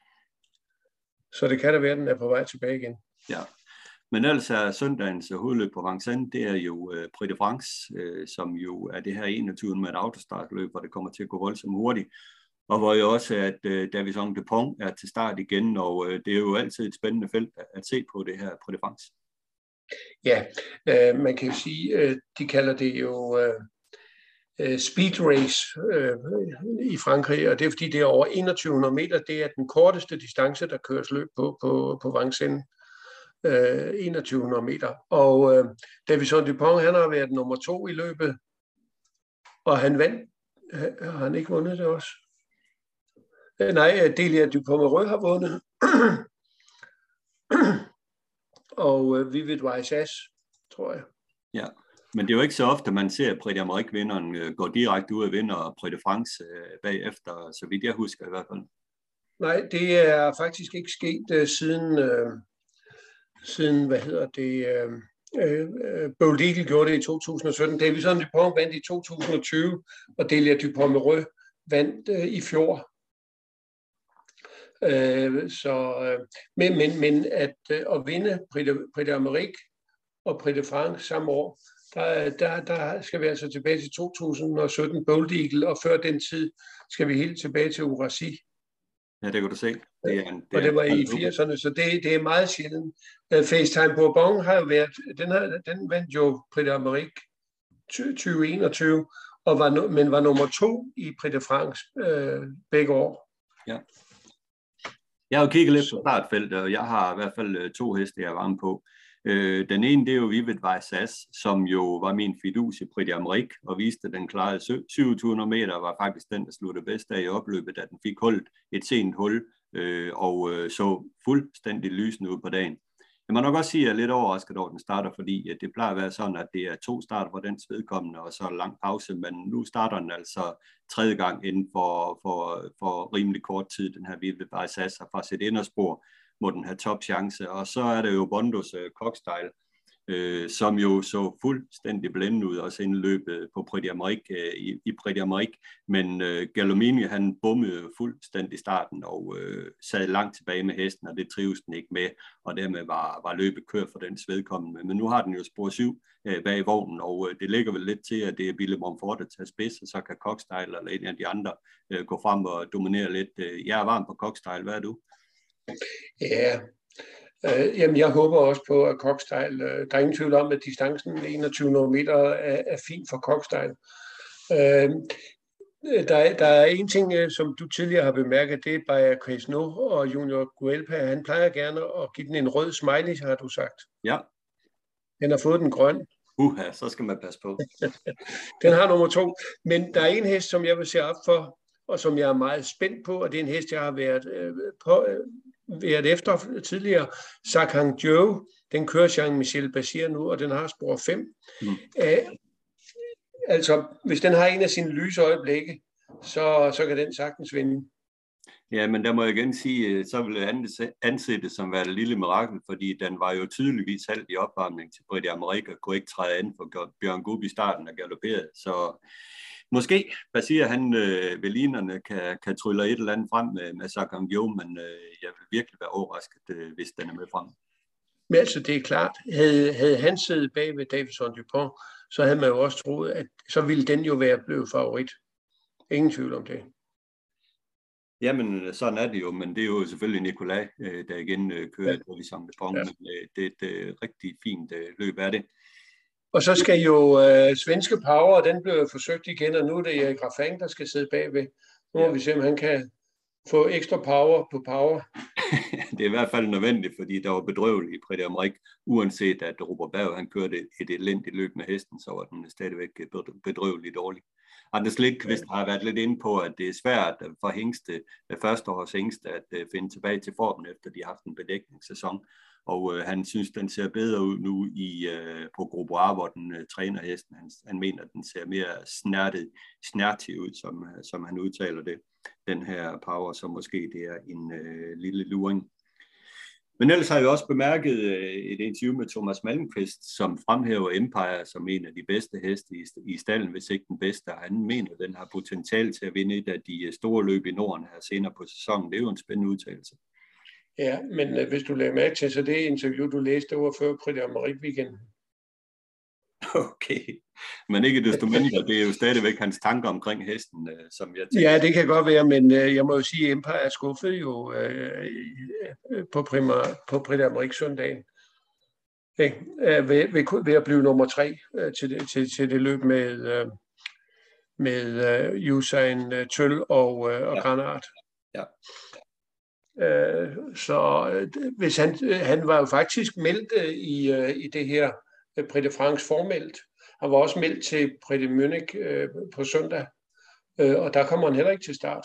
så det kan da være, at den er på vej tilbage igen. Ja, men ellers er søndagens hovedløb på Vincennes, det er jo Prix de France, som jo er det her 21. med et autostartløb, hvor det kommer til at gå voldsomt hurtigt. Og hvor jo også, at Davison Dupont er til start igen, og det er jo altid et spændende felt at se på det her Prix de France. Ja, man kan jo sige, de kalder det jo speed race i Frankrig, og det er fordi, det er over 2100 meter. Det er den korteste distance, der køres løb på Vincennes. 2100 meter. Og Davison Dupont, han har været nummer 2 i løbet, og han vandt. Har han ikke vundet det også? Nej, Delia Dupont har vundet. Og Vivid Vaisas, tror jeg. Ja, men det er jo ikke så ofte, man ser, at Prix d'Amérique-vinderen går direkte ud og vinder Prix de France bagefter, så vidt jeg husker i hvert fald. Nej, det er faktisk ikke sket siden hvad hedder det, Bold Eagle gjorde det i 2017. Davison Dupont vandt i 2020, og Delia Dupont vandt i fjor. Men at vinde Prix d'Amérique og Prix de France samme år, der skal vi altså tilbage til 2017 Bold Eagle, og før den tid skal vi helt tilbage til Urassi. Ja, det kan du se. Det var i 80'erne, så det er meget sjældent. FaceTime Bourbon har jo været, den vandt jo Prix d'Amérique 2021, men var nummer 2 i Prix de France begge år. Ja. Jeg har jo kigget lidt på startfeltet, og jeg har i hvert fald 2 heste, jeg er varme på. Den ene, det er jo Vivid Vaisas, som jo var min fidus i Prix d'Amérique, og viste, at den klarede 2700 meter, var faktisk den, der sluttede bedst af i opløbet, da den fik holdt et sent hul, og så fuldstændig lysende ud på dagen. Jeg må nok også sige, at jeg er lidt overrasket over, at den starter, fordi det plejer at være sådan, at det er 2 starter for dens vedkommende, og så er lang pause, men nu starter den altså 3. gang inden for rimelig kort tid, den her Vivid Vaisas, og fra sit inderspor må den have topchance. Og så er det jo Bondos Cockstyle, som jo så fuldstændig blændet ud, også inden løbet på Prix d'Amérique, i Prix d'Amérique. Men Galomini, han bommede fuldstændig starten og sad langt tilbage med hesten, og det trives den ikke med, og dermed var løbet kørt for dens vedkommende. Men nu har den jo spor 7 bag vognen, og det ligger vel lidt til, at det er Billy Montfort, der tager spids, og så kan Cockstyle eller en af de andre gå frem og dominere lidt. Jeg er varm på Cockstyle. Hvad er du? Ja, jamen jeg håber også på, at Cockstyle, der er ingen tvivl om, at distancen 2100 meter er fin for Cockstyle. Der er en ting, som du tidligere har bemærket, det er Bayer Quesno og Junior Guelpa. Han plejer gerne at give den en rød smiley, har du sagt. Ja. Den har fået den grøn. Så skal man passe på. Den har nummer 2. Men der er en hest, som jeg vil se op for, og som jeg er meget spændt på, og det er en hest, jeg har været efter tidligere. Sakhang Joe, den kører Jean-Michel Basir nu, og den har spor 5. Altså, hvis den har en af sine lyse øjeblikke, så kan den sagtens vinde. Ja, men der må jeg igen sige, så vil jeg anse det som være et lille mirakel, fordi den var jo tydeligvis halvt i opvarmning til Prix d'Amérique, og kunne ikke træde ind for Bjørn Gub i starten og galopperede. Så måske Basir, han ved linerne kan trylle et eller andet frem med Sakhang Joe, men jeg vil virkelig være overrasket, hvis den er med frem. Men altså, det er klart, havde han siddet bag ved Davison Dupont, så havde man jo også troet, at så ville den jo være blevet favorit. Ingen tvivl om det. Jamen, sådan er det jo, men det er jo selvfølgelig Nicolai, der igen kører Davison Dupont, men det er et rigtig fint løb af det. Og så skal jo svenske Power, den blev forsøgt igen, og nu er det Erik Raffin, der skal sidde bagved. Nu må vi se, om han kan få ekstra power på power. Det er i hvert fald nødvendigt, fordi der var bedrøveligt i Prix d'Amérique. Uanset at Robert Berg han kørte et elendigt løb med hesten, så var den stadigvæk bedrøveligt dårlig. Anders Lidqvist har været lidt inde på, at det er svært for Hingste, førsteårs Hingste, at finde tilbage til formen, efter de har haft en bedækningssæson. Og han synes, den ser bedre ud nu på Grupo A, hvor den træner hesten. Han mener, at den ser mere snærtig ud, som han udtaler det. Den her power, så måske det er en lille luring. Men ellers har jeg også bemærket et interview med Thomas Malmqvist, som fremhæver Empire som en af de bedste heste i stallen, hvis ikke den bedste. Han mener, at den har potentiale til at vinde et af de store løb i Norden her senere på sæsonen. Det er jo en spændende udtalelse. Ja, men hvis du lagde mærke til, så det interview, du læste, det var før Prix d'Amérique weekenden. Okay, men ikke desto mindre, det er jo stadigvæk hans tanker omkring hesten, som jeg tænker. Ja, det kan godt være, men jeg må jo sige, at Empire er skuffet jo på Prix d'Amérique søndagen. Ved at blive nummer 3 til det løb med Usain Tøll og Granat. Ja. Så hvis han var jo faktisk meldt i det her Prix de France formelt. Han var også meldt til Prix de Munich på søndag, og der kommer han heller ikke til start.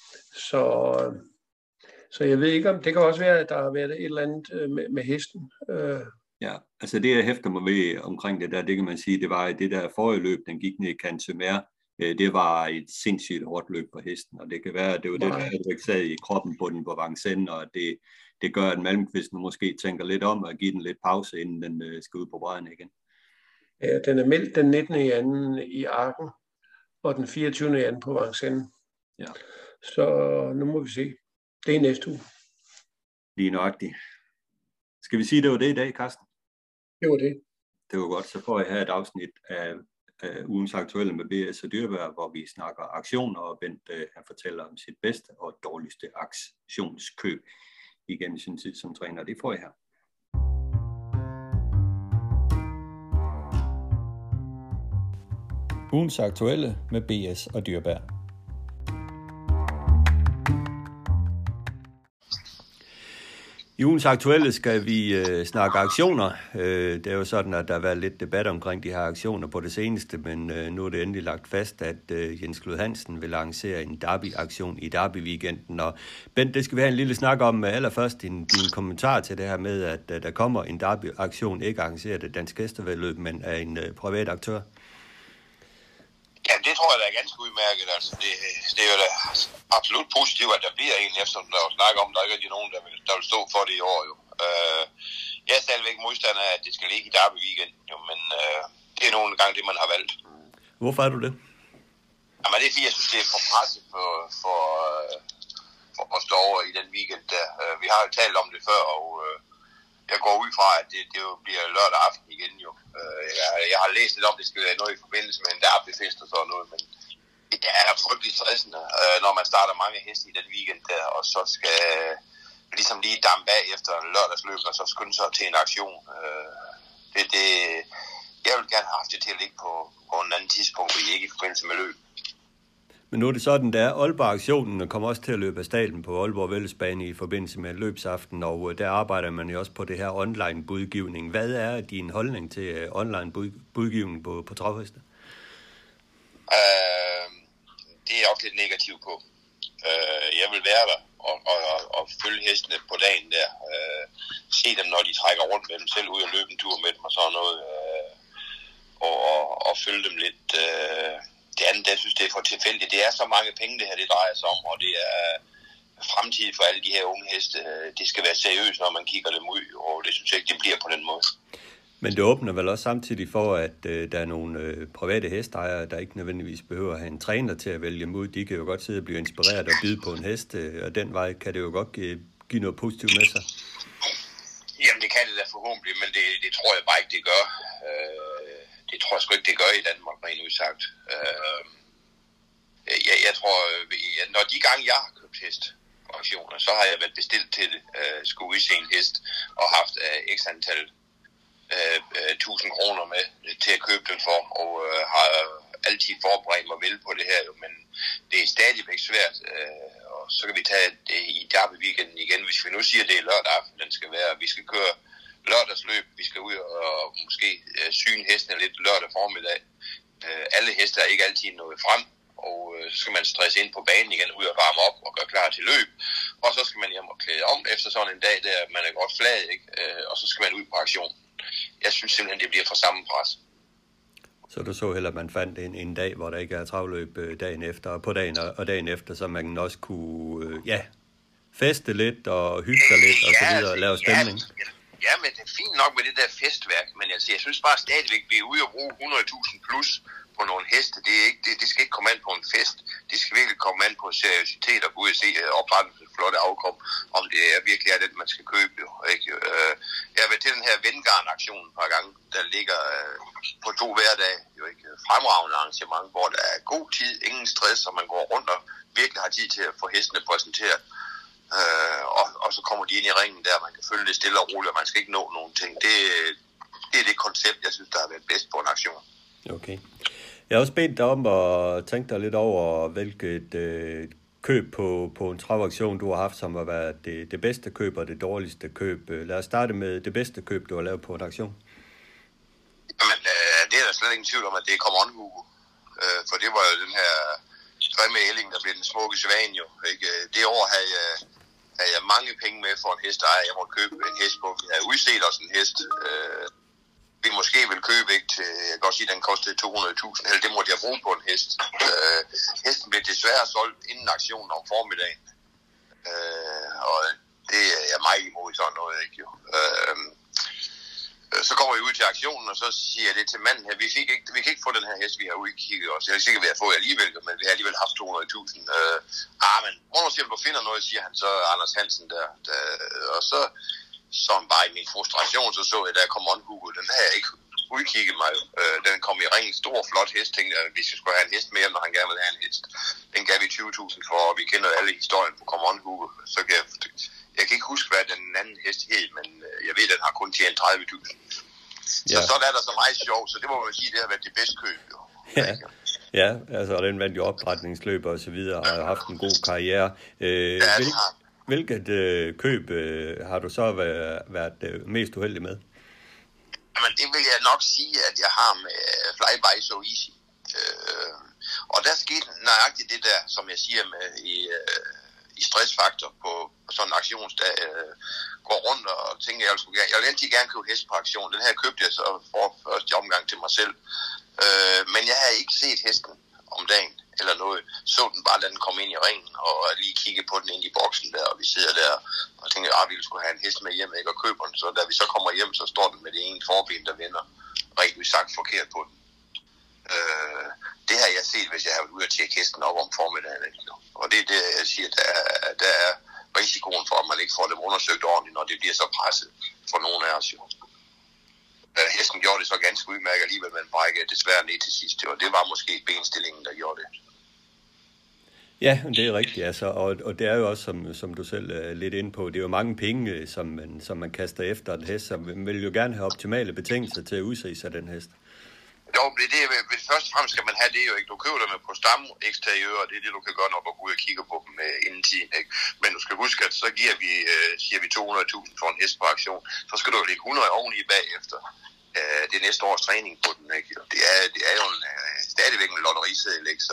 Så jeg ved ikke om, det kan også være, at der har været et eller andet med hesten. Ja, altså det jeg hæfter mig ved omkring det der, det kan man sige, det var det der forrige løb, den gik ned i Cannes-sur-Mer. Det var et sindssygt hårdt løb på hesten, og det kan være, at det var det, der ikke sad i kroppen på den på Vincennes, og det gør, at Malmqvist måske tænker lidt om at give den lidt pause, inden den skal ud på brænden igen. Ja, den er meldt den 19. i anden i Arken, og den 24. i anden på Vincennes. Ja. Så nu må vi se. Det er næste uge. Lige nøjagtigt. Skal vi sige, det var det i dag, Carsten? Det var det. Det var godt. Så får jeg her et afsnit af ugens aktuelle med BS og Dyrebær, hvor vi snakker aktioner, og Bent han fortæller om sit bedste og dårligste aktionskøb igennem sin tid som træner. Det får jeg her. Ugens aktuelle med BS og Dyrebær. I ugens aktuelle skal vi snakke aktioner. Det er jo sådan, at der har været lidt debat omkring de her aktioner på det seneste, men nu er det endelig lagt fast, at Jens Clod Hansen vil lancere en derby-aktion i derby-weekenden. Og Bent, det skal vi have en lille snak om. Allerførst din kommentar til det her med, at der kommer en derby-aktion, ikke arrangeret af Dansk Hestevæddeløb, men af en privat aktør. Ja, det tror jeg, der er ganske udmærket. Altså, det er jo da absolut positivt, at der bliver en, eftersom der jo snakker om, der ikke er nogen, der vil stå for det i år. Jo. Jeg er stadigvæk modstander af, at det skal ligge i derby weekend, jo, men det er nogle gange det, man har valgt. Hvorfor er du det? Jamen, det er fordi, jeg synes, det er for presset for at stå over i den weekend der. Vi har jo talt om det før, og jeg går ud fra, at det jo bliver lørdag aften igen jo. Jeg har læst lidt om, det skal være noget i forbindelse med en derbyfest og sådan noget, men det er frygtelig stressende, når man starter mange heste i den weekend der, og så skal ligesom lige dampe af efter en lørdagsløb, og så skynde sig til en aktion. Jeg vil gerne have haft det til at ligge på en anden tidspunkt, og ikke i forbindelse med løb. Men nu er det sådan, der Aalborg-aktionen kommer også til at løbe af staten på Aalborg Vældesbane i forbindelse med løbsaften, og der arbejder man jo også på det her online-budgivning. Hvad er din holdning til online-budgivning på travheste? Det er jeg også lidt negativ på. Jeg vil være der og følge hestene på dagen der. Se dem, når de trækker rundt med dem, selv ud og løbe en tur med dem og sådan noget. Og følge dem lidt... Det andet, jeg synes, det er for tilfældigt. Det er så mange penge, det her det drejer sig om, og det er fremtid for alle de her unge heste. Det skal være seriøst, når man kigger dem ud, og det synes jeg ikke, det bliver på den måde. Men det åbner vel også samtidig for, at der er nogle private hestejere, der ikke nødvendigvis behøver at have en træner til at vælge dem ud. De kan jo godt sidde og blive inspireret og bide på en hest, og den vej kan det jo godt give noget positivt med sig. Jamen, det kan det da forhåbentlig, men det tror jeg bare ikke, det gør. Det tror jeg sgu ikke, det gør i Danmark, rent udsagt. Jeg tror, når de gange jeg har købt hestauktioner, så har jeg været bestilt til det, skulle udse en hest, og haft x antal 1000 kroner med til at købe den for, og har altid forberedt mig vel på det her, jo. Men det er stadigvæk svært, og så kan vi tage det i derby-weekenden igen. Hvis vi nu siger, at det er lørdag aften, den skal være, vi skal køre lørdagsløb, vi skal ud og måske syne hestene lidt lørdag formiddag. Alle heste er ikke altid nået frem, og så skal man stresse ind på banen igen, ud og varme op og gøre klar til løb. Og så skal man hjem og klæde om efter sådan en dag, der man er godt flad, ikke? Og så skal man ud på aktion. Jeg synes simpelthen, det bliver for sammenpres. Så du så heller, at man fandt en dag, hvor der ikke er travløb dagen efter, og på dagen og dagen efter, så man også kunne feste lidt og hygge sig lidt og så videre og lave stemning. Ja, men det er fint nok med det der festværk, men altså, jeg synes bare stadigvæk, vi er ude og bruge 100.000 plus på nogle heste. Det skal ikke komme an på en fest. Det skal virkelig komme an på seriøsitet og gå ud og se oprettelsen flotte afkom, om det virkelig er det, man skal købe. Jo, ikke? Jeg har været til den her Vendgarn-aktion et par gange, der ligger på 2 hverdage. Jo, ikke? Fremragende arrangement, hvor der er god tid, ingen stress, og man går rundt og virkelig har tid til at få hestene præsenteret. Og så kommer de ind i ringen der, man kan følge det stille og roligt, og man skal ikke nå nogen ting. Det er det koncept, jeg synes, der har været bedst på en aktion. Okay. Jeg har også bedt dig om at tænke dig lidt over, hvilket køb på en travaktion, du har haft, som har været det bedste køb og det dårligste køb. Lad os starte med det bedste køb, du har lavet på en aktion. Jamen, det er der slet ingen tvivl om, at det er Come On Hugo. For det var jo den her grimme ælling, der blev den smukke svane jo. Ikke? Det år havde jeg mange penge med for en hest, jeg måtte købe en hest på. Jeg havde udset også en hest. Vi måske vil købe ikke til, jeg kan godt sige, at den kostede 200.000, eller det måtte jeg bruge på en hest. Hesten blev desværre solgt inden aktionen om formiddagen. Og det er jeg meget imod sådan noget, ikke jo. Så kommer vi ud til aktionen, og så siger jeg det til manden her, vi kan ikke få den her hest, vi har udkigget os. Jeg er sikker ved at få alligevel, men vi har alligevel haft 200.000. Men hvornår siger du finder noget, siger han så, Anders Hansen der. Og så, som bare i min frustration, så jeg, der kom On Hugo, den havde jeg ikke udkigget mig. Den kom i ringen, stor, flot hest, tænkte jeg, vi skulle have en hest med hjem, når han gerne ville have en hest. Den gav vi 20.000 for, og vi kender alle historien på Come On Hugo. Så jeg kan ikke huske, hvad den anden hest hed, men jeg ved, at den har kun tjent 30.000. Så sådan er der så meget sjov, så det må man sige, det har været det bedste køb. Jo. Ja, altså den vandt jo opdrætningsløb og så videre, og har haft en god karriere. Hvilket køb har du så været mest uheldig med? Jamen, det vil jeg nok sige, at jeg har med Flyby So Easy. Og der skete nøjagtigt det der, som jeg siger med i stressfaktor på sådan en aktionsdag, går rundt og tænker, jeg vil altid gerne købe hest på aktion. Den her købte jeg så for første omgang til mig selv. Men jeg havde ikke set hesten om dagen eller noget. Så den bare, da den kom ind i ringen, og lige kigge på den ind i boksen der, og vi sidder der og tænker, at vi skulle have en hest med hjem, ikke, og køber den. Så da vi så kommer hjem, så står den med det ene forben, der vender rigtig sagt forkert på den. Det har jeg set, hvis jeg har været ude at tjekke hesten op om formiddagen. Og det er det, jeg siger, der er risikoen for, at man ikke får dem undersøgt ordentligt, når det bliver så presset for nogen af os. Jo. Hesten gjorde det så ganske udmærket alligevel, men brækkede desværre ned til sidst. Og det var måske benstillingen, der gjorde det. Ja, det er rigtigt, altså. Og det er jo også, som du selv er lidt inde på, det er jo mange penge, som man kaster efter en hest, som vil jo gerne have optimale betingelser til at udse sig den hest. Jo, først og fremmest skal man have det jo ikke. Du køber dem på stameksteriører, og det er det, du kan gøre, når du går ud og kigger på dem inden tiden, ikke? Men du skal huske, at så siger vi 200.000 for en hest på aktion. Så skal du lægge 100 oveni bagefter det næste års træning på den, ikke? Det er jo stadigvæk en lotteriseddel, ikke? Så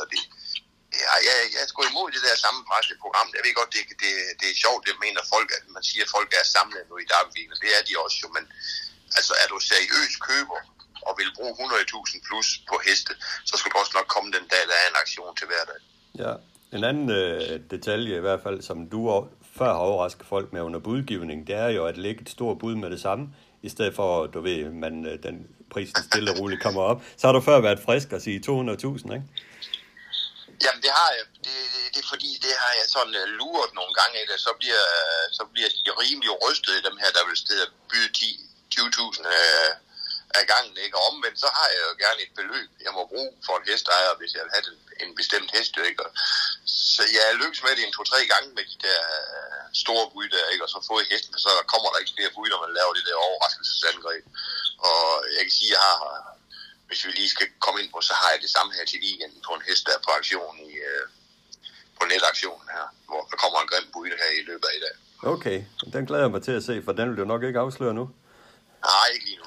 jeg er sgu imod det der sammenpresset program. Jeg ved godt, det er sjovt, det mener folk, at man siger, at folk er samlet nu i derbybilen. Det er de også jo, men altså er du seriøs køber og vil bruge 100.000 plus på heste, så skal du også nok komme den dag, der er en aktion til hverdag. Ja, en anden detalje i hvert fald, som du før har overrasket folk med under budgivning, det er jo at lægge et stort bud med det samme, i stedet for, du ved, den prisen stille og roligt kommer op. Så har du før været frisk at sige 200.000, ikke? Jamen, det har jeg. Det er fordi, det har jeg sådan luret nogle gange, ikke? Så bliver de rimelig rystet, dem her, der vil stede byde 20.000 af gangen, ikke? Og omvendt, så har jeg jo gerne et beløb, jeg må bruge for en hesteejer, hvis jeg vil have en bestemt hest, ikke? Så jeg lykkes med det 2-3 gange med de der store bud der, ikke? Og så få i hesten, så kommer der ikke flere bud, når man laver det der overraskelsesangreb. Og jeg kan sige, hvis vi lige skal komme ind på, så har jeg det samme her til weekenden på en hest, der er på aktion på netaktionen her, hvor der kommer en grim bud her i løbet af i dag. Okay, den glæder jeg mig til at se, for den vil du nok ikke afsløre nu. Nej, ikke lige nu.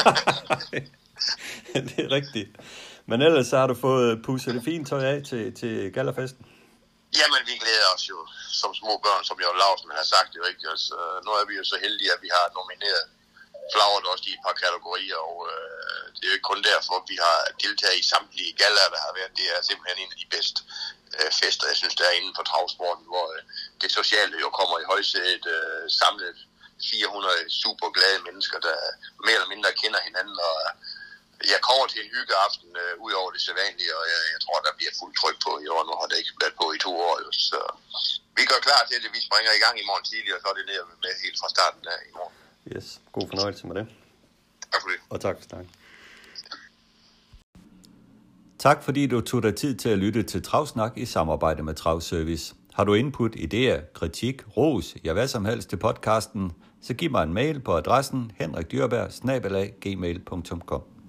Det er rigtigt. Men ellers så har du fået pusset det fine tøj af til gallerfesten. Jamen, vi glæder os jo som små børn, som Jørgen Lausen har sagt det rigtigt. Altså, nu er vi jo så heldige, at vi har nomineret flagret også i et par kategorier, og det er jo ikke kun derfor, at vi har deltaget i samtlige galler, der har været. Det er simpelthen en af de bedste fester, jeg synes, der er inden for travsporten, hvor det sociale jo kommer i højsædet, samlet 400 super glade mennesker, der mere eller mindre kender hinanden, og jeg kommer til en hyggeaften ud over det sædvanlige, og jeg tror, der bliver fuldt tryk på i år. Nu har det ikke været på i 2 år, så vi gør klar til det. Vi springer i gang i morgen tidlig, og så er det ned med helt fra starten af i morgen. Yes, god fornøjelse med det. Tak for det. Og tak for snakken. Tak fordi du tog dig tid til at lytte til Travsnak i samarbejde med Travservice. Har du input, idéer, kritik, ros, ja hvad som helst til podcasten, så giv mig en mail på adressen henrikdyrberg@gmail.com.